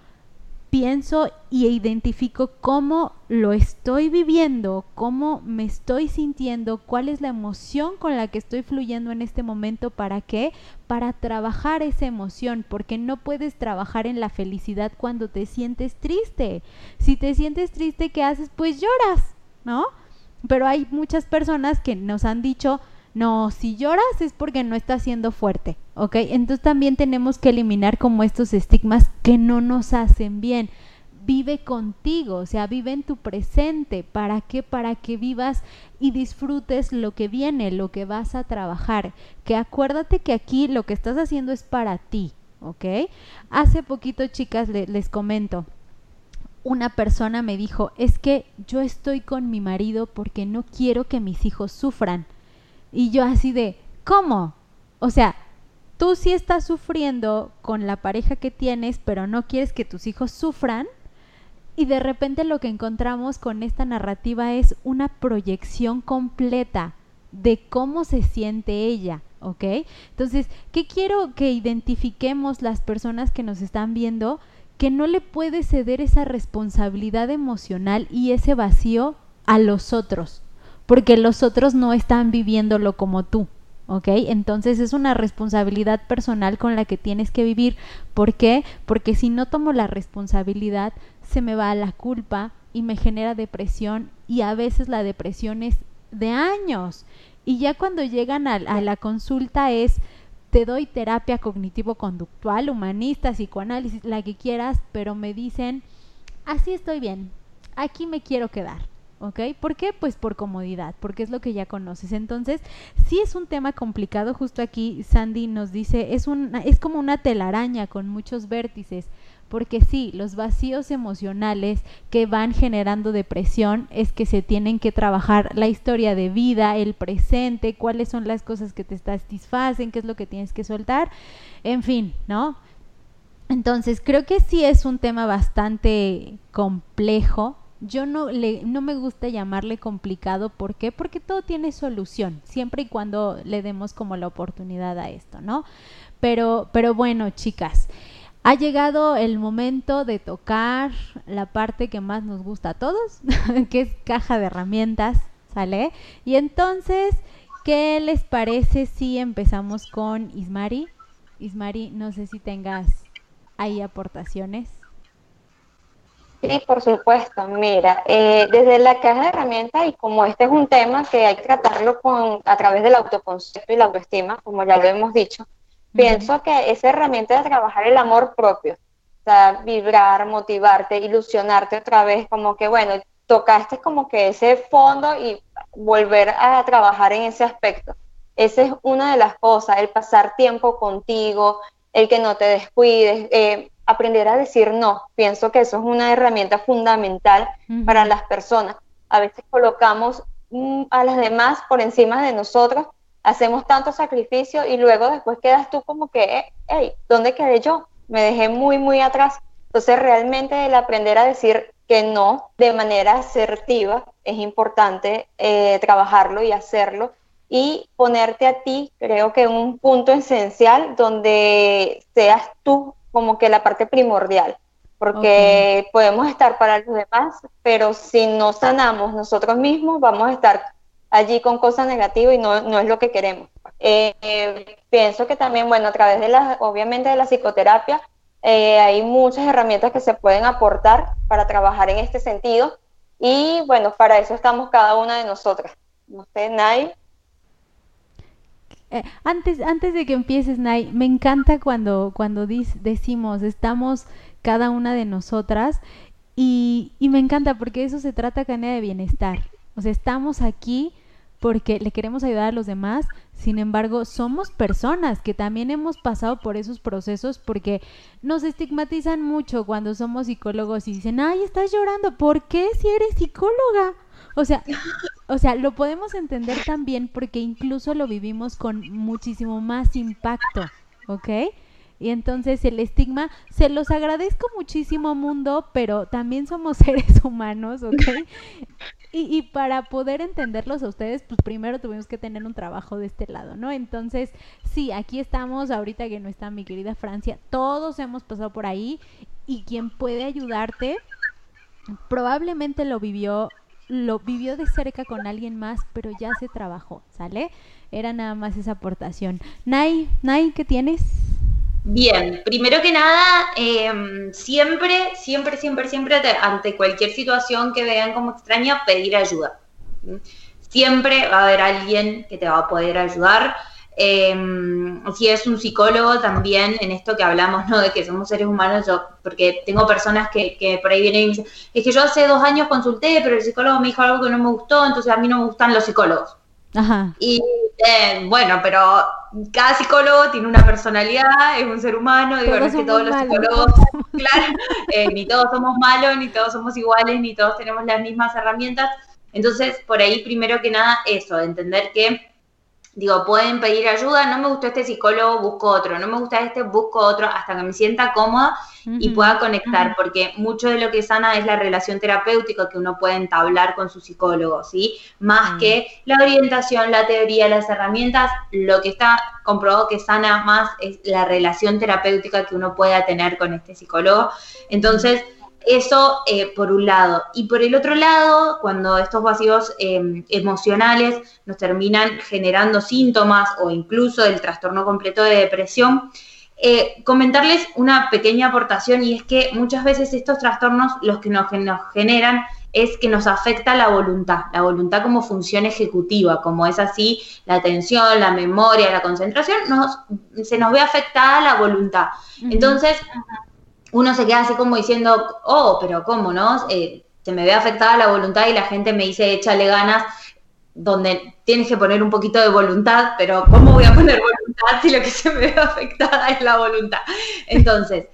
pienso y identifico cómo lo estoy viviendo, cómo me estoy sintiendo, cuál es la emoción con la que estoy fluyendo en este momento. ¿Para qué? Para trabajar esa emoción, porque no puedes trabajar en la felicidad cuando te sientes triste. Si te sientes triste, ¿qué haces? Pues lloras, ¿no? Pero hay muchas personas que nos han dicho, no, si lloras es porque no estás siendo fuerte, ¿ok? Entonces también tenemos que eliminar como estos estigmas que no nos hacen bien. Vive contigo, o sea, vive en tu presente. ¿Para qué? Para que vivas y disfrutes lo que viene, lo que vas a trabajar. Que acuérdate que aquí lo que estás haciendo es para ti, ¿ok? Hace poquito, chicas, les comento. Una persona me dijo, es que yo estoy con mi marido porque no quiero que mis hijos sufran. Y yo así de, ¿cómo? O sea, tú sí estás sufriendo con la pareja que tienes, pero no quieres que tus hijos sufran. Y de repente lo que encontramos con esta narrativa es una proyección completa de cómo se siente ella, ¿ok? Entonces, ¿qué quiero que identifiquemos las personas que nos están viendo? Que no le puedes ceder esa responsabilidad emocional y ese vacío a los otros, porque los otros no están viviéndolo como tú, ¿ok? Entonces es una responsabilidad personal con la que tienes que vivir. ¿Por qué? Porque si no tomo la responsabilidad, se me va la culpa y me genera depresión, y a veces la depresión es de años. Y ya cuando llegan a la consulta es, te doy terapia cognitivo-conductual, humanista, psicoanálisis, la que quieras, pero me dicen, así estoy bien, aquí me quiero quedar. ¿Ok? ¿Por qué? Pues por comodidad, porque es lo que ya conoces. Entonces, sí es un tema complicado. Justo aquí Sandy nos dice, es como una telaraña con muchos vértices, porque sí, los vacíos emocionales que van generando depresión es que se tienen que trabajar la historia de vida, el presente, cuáles son las cosas que te satisfacen, qué es lo que tienes que soltar, en fin, ¿no? Entonces, creo que sí es un tema bastante complejo. Yo no me gusta llamarle complicado. ¿Por qué? Porque todo tiene solución, siempre y cuando le demos como la oportunidad a esto, ¿no? Pero bueno, chicas, ha llegado el momento de tocar la parte que más nos gusta a todos, que es caja de herramientas, ¿sale? Y entonces, ¿qué les parece si empezamos con Ismari? Ismari, no sé si tengas ahí aportaciones. Sí, por supuesto. Mira, desde la caja de herramientas, y como este es un tema que hay que tratarlo a través del autoconcepto y la autoestima, como ya lo hemos dicho, pienso que esa herramienta de trabajar el amor propio, o sea, vibrar, motivarte, ilusionarte otra vez, como que bueno, tocaste como que ese fondo y volver a trabajar en ese aspecto. Esa es una de las cosas, el pasar tiempo contigo, el que no te descuides, aprender a decir no. Pienso que eso es una herramienta fundamental para las personas. A veces colocamos a las demás por encima de nosotros, hacemos tanto sacrificio y luego después quedas tú como que, hey, ¿dónde quedé yo? Me dejé muy, muy atrás. Entonces realmente el aprender a decir que no de manera asertiva es importante, trabajarlo y hacerlo, y ponerte a ti, creo que un punto esencial donde seas tú como que la parte primordial, porque podemos estar para los demás, pero si no sanamos nosotros mismos, vamos a estar allí con cosas negativas y no es lo que queremos. Pienso que también, bueno, a través de obviamente de la psicoterapia, hay muchas herramientas que se pueden aportar para trabajar en este sentido, y bueno, para eso estamos cada una de nosotras. No sé, Nay. Antes de que empieces, Nay, me encanta cuando decimos estamos cada una de nosotras y me encanta porque eso se trata, Kenia, de bienestar. O sea, estamos aquí porque le queremos ayudar a los demás, sin embargo, somos personas que también hemos pasado por esos procesos porque nos estigmatizan mucho cuando somos psicólogos y dicen, ay, estás llorando, ¿por qué si eres psicóloga? O sea, lo podemos entender también porque incluso lo vivimos con muchísimo más impacto, ¿ok? Y entonces el estigma, se los agradezco muchísimo, mundo, pero también somos seres humanos, ¿ok? Y para poder entenderlos a ustedes, pues primero tuvimos que tener un trabajo de este lado, ¿no? Entonces, sí, aquí estamos, ahorita que no está mi querida Francia, todos hemos pasado por ahí y quien puede ayudarte probablemente lo vivió de cerca con alguien más, pero ya se trabajó, ¿sale? Era nada más esa aportación. Nay, ¿qué tienes? Bien, primero que nada, siempre, ante cualquier situación que vean como extraña, pedir ayuda. Siempre va a haber alguien que te va a poder ayudar. Si es un psicólogo también, en esto que hablamos, ¿no? De que somos seres humanos, porque tengo personas que por ahí vienen y me dicen, es que yo hace 2 años consulté, pero el psicólogo me dijo algo que no me gustó, entonces a mí no me gustan los psicólogos. Ajá. Y bueno, pero cada psicólogo tiene una personalidad, es un ser humano, digo, no es que todos los psicólogos, claro, ni todos somos malos, ni todos somos iguales, ni todos tenemos las mismas herramientas. Entonces, por ahí, primero que nada, eso, entender que, digo, pueden pedir ayuda, no me gustó este psicólogo, busco otro, no me gusta este, busco otro, hasta que me sienta cómoda y pueda conectar, porque mucho de lo que sana es la relación terapéutica que uno puede entablar con su psicólogo, ¿sí? Más que la orientación, la teoría, las herramientas, lo que está comprobado que sana más es la relación terapéutica que uno pueda tener con este psicólogo. Entonces, eso por un lado. Y por el otro lado, cuando estos vacíos emocionales nos terminan generando síntomas o incluso el trastorno completo de depresión, comentarles una pequeña aportación, y es que muchas veces estos trastornos los que nos generan es que nos afecta la voluntad como función ejecutiva, como es así la atención, la memoria, la concentración, se nos ve afectada la voluntad. Entonces, uno se queda así como diciendo, pero ¿cómo, no? Se me ve afectada la voluntad y la gente me dice, échale ganas, donde tienes que poner un poquito de voluntad, pero ¿cómo voy a poner voluntad si lo que se me ve afectada es la voluntad? Entonces,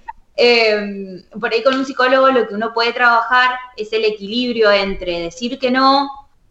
por ahí con un psicólogo lo que uno puede trabajar es el equilibrio entre decir que no,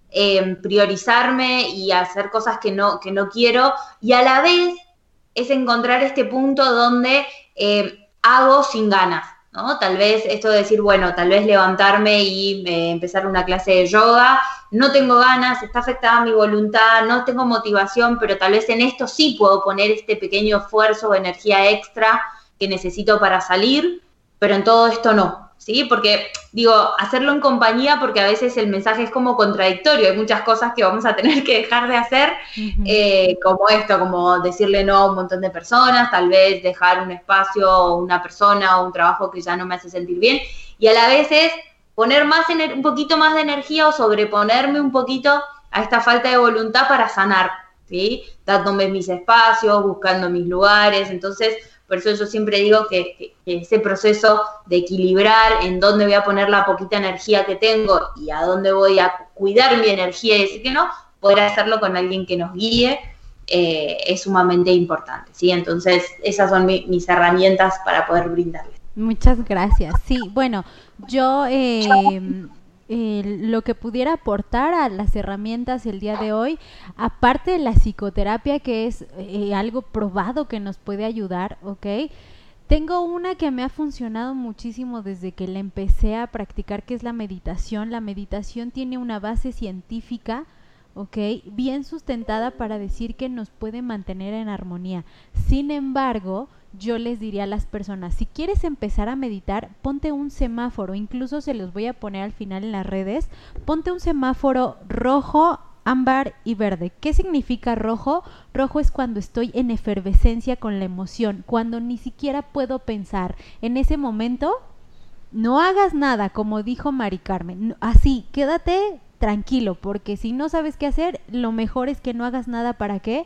priorizarme y hacer cosas que no quiero, y a la vez es encontrar este punto donde hago sin ganas, ¿no? Tal vez esto de decir, bueno, tal vez levantarme y empezar una clase de yoga, no tengo ganas, está afectada mi voluntad, no tengo motivación, pero tal vez en esto sí puedo poner este pequeño esfuerzo o energía extra que necesito para salir, pero en todo esto no, ¿sí? Porque, digo, hacerlo en compañía, porque a veces el mensaje es como contradictorio, hay muchas cosas que vamos a tener que dejar de hacer, como esto, como decirle no a un montón de personas, tal vez dejar un espacio o una persona o un trabajo que ya no me hace sentir bien, y a la vez es poner un poquito más de energía o sobreponerme un poquito a esta falta de voluntad para sanar, ¿sí? Dándome mis espacios, buscando mis lugares. Entonces, por eso yo siempre digo que ese proceso de equilibrar en dónde voy a poner la poquita energía que tengo y a dónde voy a cuidar mi energía y decir que no, poder hacerlo con alguien que nos guíe, es sumamente importante, ¿sí? Entonces, esas son mis herramientas para poder brindarles. Muchas gracias. Sí, bueno, yo lo que pudiera aportar a las herramientas el día de hoy, aparte de la psicoterapia, que es algo probado que nos puede ayudar, ¿ok? Tengo una que me ha funcionado muchísimo desde que la empecé a practicar, que es la meditación. La meditación tiene una base científica, ¿ok? Bien sustentada para decir que nos puede mantener en armonía. Sin embargo, yo les diría a las personas, si quieres empezar a meditar, ponte un semáforo, incluso se los voy a poner al final en las redes, ponte un semáforo rojo, ámbar y verde. ¿Qué significa rojo? Rojo es cuando estoy en efervescencia con la emoción, cuando ni siquiera puedo pensar. En ese momento, no hagas nada, como dijo Mari Carmen, así, quédate tranquilo, porque si no sabes qué hacer, lo mejor es que no hagas nada. ¿Para qué?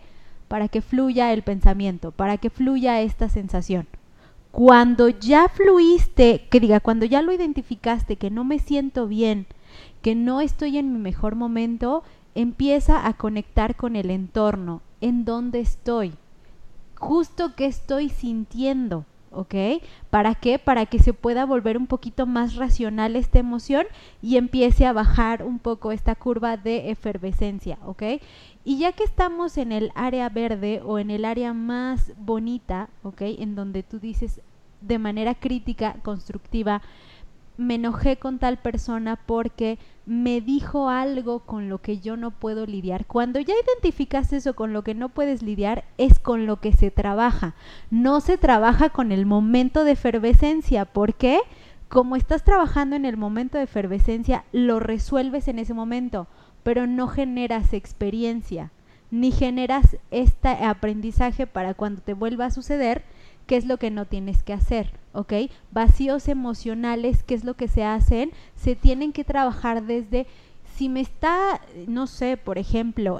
para que fluya el pensamiento, para que fluya esta sensación. Cuando ya fluiste, cuando ya lo identificaste, que no me siento bien, que no estoy en mi mejor momento, empieza a conectar con el entorno, en dónde estoy, justo qué estoy sintiendo, ¿ok? ¿Para qué? Para que se pueda volver un poquito más racional esta emoción y empiece a bajar un poco esta curva de efervescencia, ¿ok? Y ya que estamos en el área verde o en el área más bonita, ¿ok? En donde tú dices de manera crítica, constructiva, me enojé con tal persona porque me dijo algo con lo que yo no puedo lidiar. Cuando ya identificas eso con lo que no puedes lidiar, es con lo que se trabaja. No se trabaja con el momento de efervescencia. ¿Por qué? Como estás trabajando en el momento de efervescencia, lo resuelves en ese momento, pero no generas experiencia, ni generas este aprendizaje para cuando te vuelva a suceder, qué es lo que no tienes que hacer, ¿ok? Vacíos emocionales, ¿qué es lo que se hacen? Se tienen que trabajar desde, si me está, no sé, por ejemplo,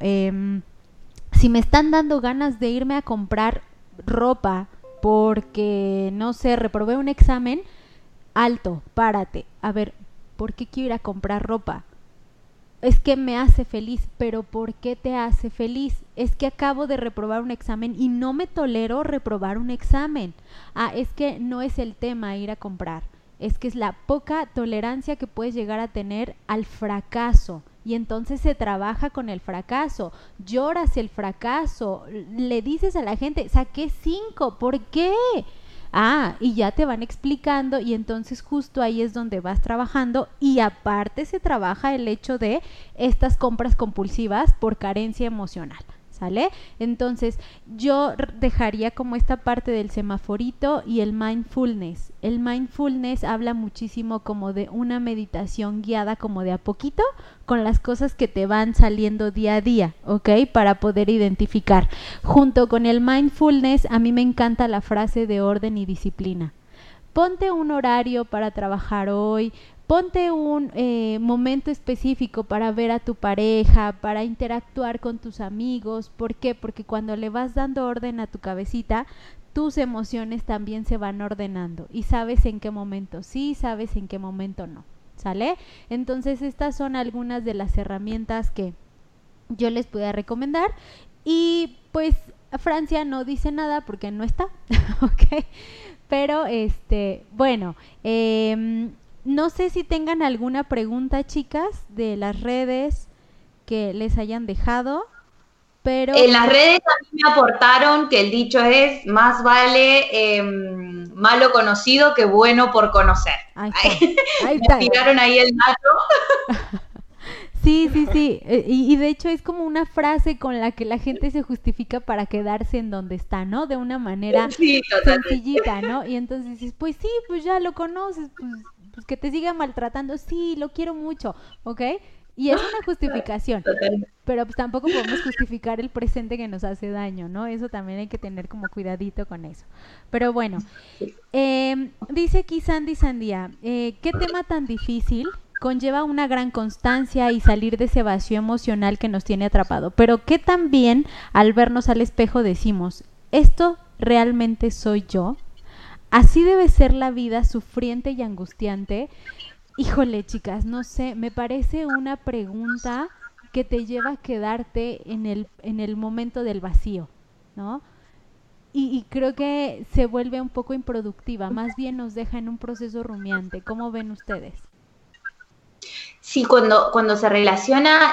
si me están dando ganas de irme a comprar ropa porque, no sé, reprobé un examen, alto, párate, a ver, ¿por qué quiero ir a comprar ropa? Es que me hace feliz, pero ¿por qué te hace feliz? Es que acabo de reprobar un examen y no me tolero reprobar un examen. Es que no es el tema ir a comprar, es que es la poca tolerancia que puedes llegar a tener al fracaso. Y entonces se trabaja con el fracaso, lloras el fracaso, le dices a la gente, saqué 5, ¿por qué? Y ya te van explicando y entonces justo ahí es donde vas trabajando y aparte se trabaja el hecho de estas compras compulsivas por carencia emocional, ¿sale? Entonces yo dejaría como esta parte del semaforito y el mindfulness. El mindfulness habla muchísimo como de una meditación guiada como de a poquito con las cosas que te van saliendo día a día, ¿ok? Para poder identificar. Junto con el mindfulness, a mí me encanta la frase de orden y disciplina. Ponte un horario para trabajar hoy, ponte un momento específico para ver a tu pareja, para interactuar con tus amigos. ¿Por qué? Porque cuando le vas dando orden a tu cabecita, tus emociones también se van ordenando y sabes en qué momento sí, sabes en qué momento no, ¿sale? Entonces estas son algunas de las herramientas que yo les puedo recomendar y pues Francia no dice nada porque no está, ¿ok? Pero bueno, no sé si tengan alguna pregunta, chicas, de las redes que les hayan dejado. Pero en las redes a mí me aportaron que el dicho es más vale malo conocido que bueno por conocer. Ahí está. Me tiraron ahí el dato. Sí. Y de hecho es como una frase con la que la gente se justifica para quedarse en donde está, ¿no? De una manera sencillita, ¿no? Y entonces dices, pues sí, pues ya lo conoces, pues que te siga maltratando, sí, lo quiero mucho, ¿ok? Y es una justificación, pero pues tampoco podemos justificar el presente que nos hace daño, ¿no? Eso también hay que tener como cuidadito con eso. Pero bueno, dice aquí Sandy Sandía, ¿qué tema tan difícil? Conlleva una gran constancia y salir de ese vacío emocional que nos tiene atrapado. Pero ¿qué también al vernos al espejo decimos, ¿esto realmente soy yo? ¿Así debe ser la vida sufriente y angustiante? Híjole, chicas, no sé, me parece una pregunta que te lleva a quedarte en el momento del vacío, ¿no? Y creo que se vuelve un poco improductiva, más bien nos deja en un proceso rumiante. ¿Cómo ven ustedes? Sí, cuando se relaciona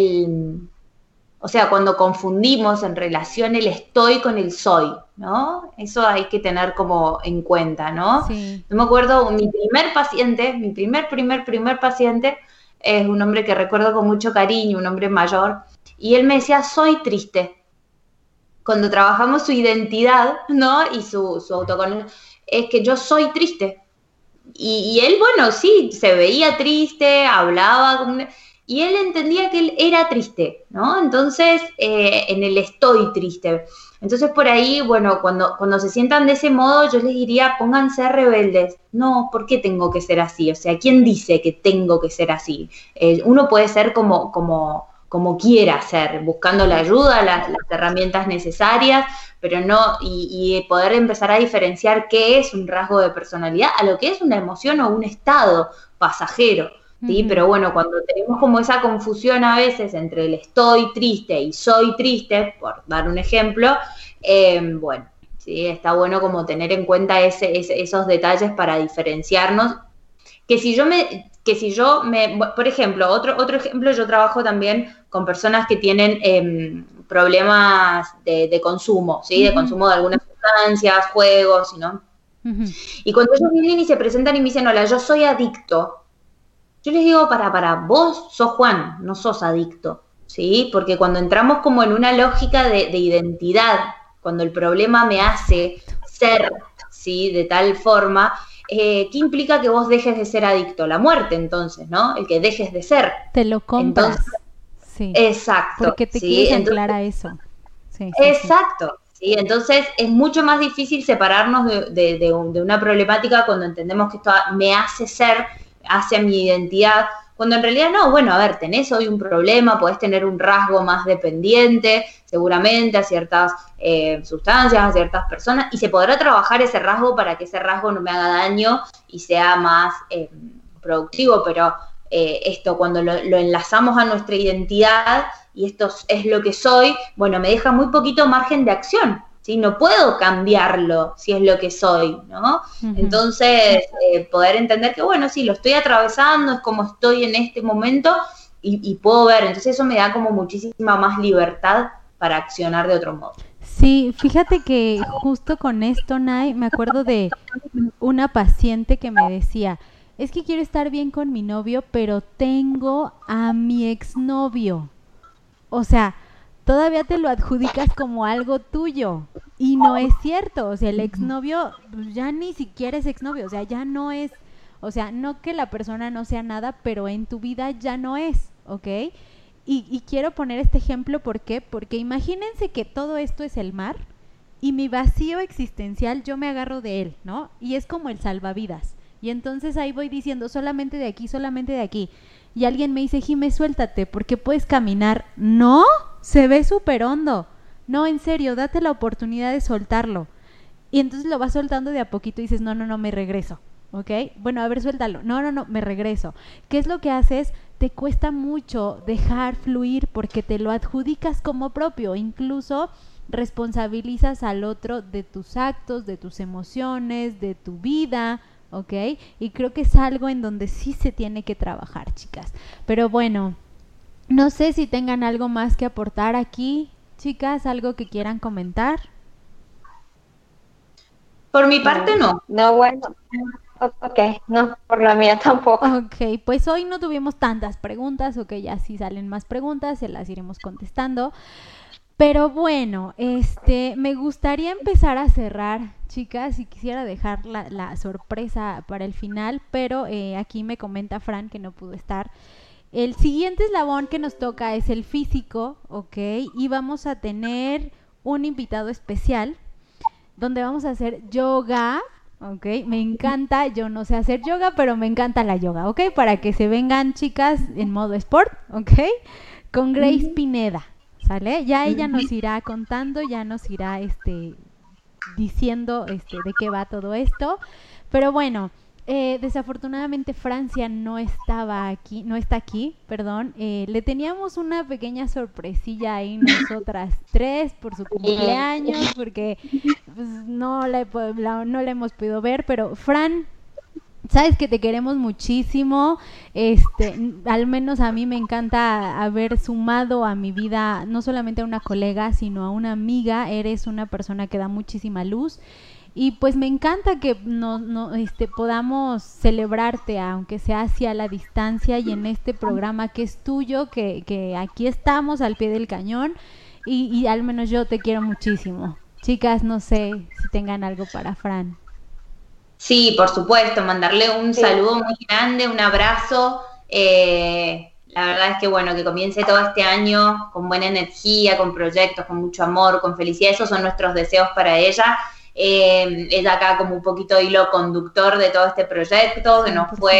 o sea, cuando confundimos en relación el estoy con el soy, ¿no? Eso hay que tener como en cuenta, ¿no? Sí. Yo me acuerdo, mi primer paciente, mi primer paciente, es un hombre que recuerdo con mucho cariño, un hombre mayor, y él me decía, soy triste. Cuando trabajamos su identidad, ¿no? Y su autoconocimiento, es que yo soy triste. Y él, bueno, sí, se veía triste, hablaba y él entendía que él era triste, ¿no? Entonces, en el estoy triste. Entonces, por ahí, bueno, cuando se sientan de ese modo, yo les diría, pónganse rebeldes. No, ¿por qué tengo que ser así? O sea, ¿quién dice que tengo que ser así? Uno puede ser como como quiera ser, buscando la ayuda, las herramientas necesarias, pero no, y poder empezar a diferenciar qué es un rasgo de personalidad a lo que es una emoción o un estado pasajero, ¿sí? Pero bueno, cuando tenemos como esa confusión a veces entre el estoy triste y soy triste, por dar un ejemplo, bueno, sí, está bueno como tener en cuenta esos detalles para diferenciarnos, que si yo por ejemplo, otro ejemplo, yo trabajo también con personas que tienen problemas de consumo, ¿sí? De consumo de algunas sustancias, juegos, ¿no? Y cuando ellos vienen y se presentan y me dicen, hola, yo soy adicto, yo les digo, para, vos sos Juan, no sos adicto, ¿sí? Porque cuando entramos como en una lógica de identidad, cuando el problema me hace ser, ¿sí? De tal forma, ¿qué implica que vos dejes de ser adicto? La muerte, entonces, ¿no? El que dejes de ser. Te lo compras. Entonces, sí. Exacto. Porque te quieres anclar a eso. Sí, exacto. Sí. Entonces, es mucho más difícil separarnos de una problemática cuando entendemos que esto me hace ser, hacia mi identidad, cuando en realidad no. Bueno, a ver, tenés hoy un problema, podés tener un rasgo más dependiente, seguramente, a ciertas sustancias, a ciertas personas, y se podrá trabajar ese rasgo para que ese rasgo no me haga daño y sea más productivo, pero esto cuando lo enlazamos a nuestra identidad y esto es lo que soy, bueno, me deja muy poquito margen de acción, ¿sí? No puedo cambiarlo si es lo que soy, ¿no? Entonces, poder entender que, bueno, sí, lo estoy atravesando, es como estoy en este momento y puedo ver, entonces eso me da como muchísima más libertad para accionar de otro modo. Sí, fíjate que justo con esto, Nay, me acuerdo de una paciente que me decía, es que quiero estar bien con mi novio, pero tengo a mi exnovio. O sea, todavía te lo adjudicas como algo tuyo y no es cierto. O sea, el exnovio ya ni siquiera es exnovio, o sea, ya no es, o sea, no que la persona no sea nada, pero en tu vida ya no es, ¿ok? Y quiero poner este ejemplo, ¿por qué? Porque imagínense que todo esto es el mar y mi vacío existencial yo me agarro de él, ¿no? Y es como el salvavidas. Y entonces ahí voy diciendo solamente de aquí, solamente de aquí. Y alguien me dice, Jimé, suéltate, porque puedes caminar. No, se ve súper hondo. No, en serio, date la oportunidad de soltarlo. Y entonces lo vas soltando de a poquito y dices, no, me regreso. ¿Ok? Bueno, a ver, suéltalo. No, me regreso. ¿Qué es lo que haces? Te cuesta mucho dejar fluir porque te lo adjudicas como propio. Incluso responsabilizas al otro de tus actos, de tus emociones, de tu vida, ¿ok? Y creo que es algo en donde sí se tiene que trabajar, chicas. Pero bueno, no sé si tengan algo más que aportar aquí, chicas, algo que quieran comentar. Por mi parte, no. No, bueno. Ok, no, por la mía tampoco. Ok, pues hoy no tuvimos tantas preguntas, ok, ya si salen más preguntas, se las iremos contestando. Pero bueno, me gustaría empezar a cerrar, chicas, y quisiera dejar la sorpresa para el final, pero aquí me comenta Fran que no pudo estar. El siguiente eslabón que nos toca es el físico, ok, y vamos a tener un invitado especial, donde vamos a hacer yoga. Ok, me encanta, yo no sé hacer yoga, pero me encanta la yoga, ok, para que se vengan, chicas, en modo sport, ok, con Grace Pineda, ¿sale? Ya ella nos irá contando, ya nos irá diciendo de qué va todo esto, pero bueno, desafortunadamente Francia no está aquí, perdón, le teníamos una pequeña sorpresilla ahí nosotras tres por su cumpleaños, porque pues, no la hemos podido ver, pero Fran, sabes que te queremos muchísimo, al menos a mí me encanta haber sumado a mi vida no solamente a una colega, sino a una amiga, eres una persona que da muchísima luz. Y pues me encanta que podamos celebrarte, aunque sea hacia la distancia y en este programa que es tuyo, que aquí estamos al pie del cañón y al menos yo te quiero muchísimo. Chicas, no sé si tengan algo para Fran. Sí, por supuesto, mandarle un saludo muy grande, un abrazo. La verdad es que bueno, que comience todo este año con buena energía, con proyectos, con mucho amor, con felicidad. Esos son nuestros deseos para ella. Ella acá como un poquito hilo conductor de todo este proyecto, que nos fue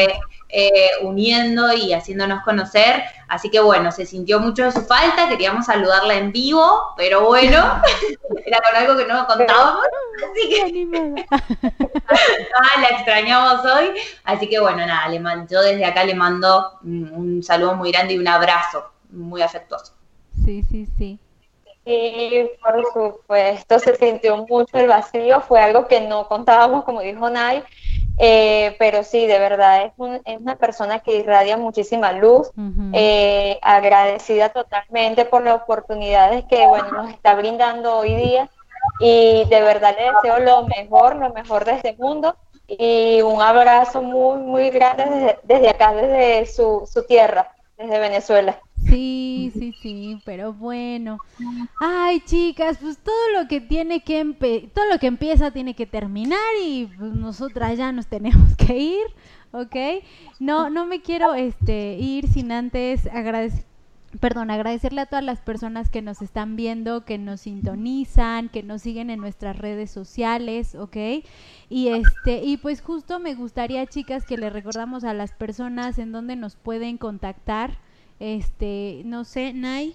uniendo y haciéndonos conocer. Así que bueno, se sintió mucho de su falta, queríamos saludarla en vivo, pero bueno, era con algo que no contábamos, así que la extrañamos hoy. Así que bueno, nada, yo desde acá le mando un saludo muy grande y un abrazo muy afectuoso. Sí, sí, sí. Y por supuesto se sintió mucho el vacío, fue algo que no contábamos, como dijo Nay, pero sí, de verdad es una persona que irradia muchísima luz, agradecida totalmente por las oportunidades que bueno, nos está brindando hoy día, y de verdad le deseo lo mejor de este mundo, y un abrazo muy, muy grande desde acá, desde su tierra, desde Venezuela. Sí, sí, sí, pero bueno. Ay, chicas, pues todo lo que todo lo que empieza tiene que terminar y pues nosotras ya nos tenemos que ir, ¿ok? No me quiero ir sin antes agradecerle a todas las personas que nos están viendo, que nos sintonizan, que nos siguen en nuestras redes sociales, ¿ok? Y pues justo me gustaría, chicas, que le recordamos a las personas en donde nos pueden contactar. No sé, Nay.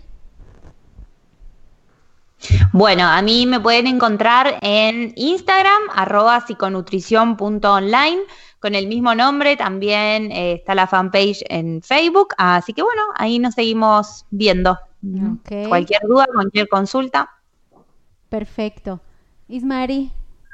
Bueno, a mí me pueden encontrar en Instagram, @psiconutrición.online, con el mismo nombre. También está la fanpage en Facebook, así que bueno, ahí nos seguimos viendo. Okay. Cualquier duda, cualquier consulta. Perfecto. Ismari.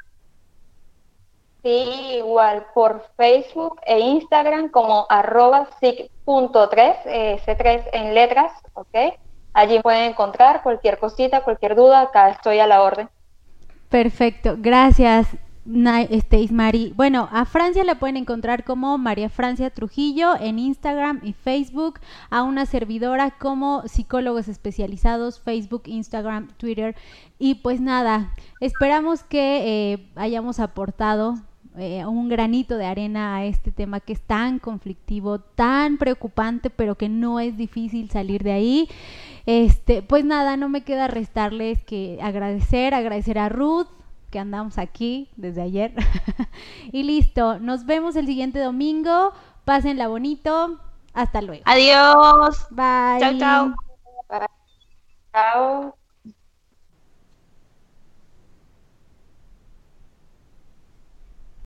Sí, igual por Facebook e Instagram como @psic.3, C3 en letras, ¿ok? Allí pueden encontrar cualquier cosita, cualquier duda, acá estoy a la orden. Perfecto, gracias, Ismari. Bueno, a Francia la pueden encontrar como María Francia Trujillo en Instagram y Facebook, a una servidora como Psicólogos Especializados, Facebook, Instagram, Twitter. Y pues nada, esperamos que hayamos aportado un granito de arena a este tema que es tan conflictivo, tan preocupante, pero que no es difícil salir de ahí. Pues nada, no me queda restarles que agradecer a Ruth, que andamos aquí desde ayer. Y listo, nos vemos el siguiente domingo. Pásenla bonito. Hasta luego. Adiós. Bye. Chao, chao. Bye. Chao.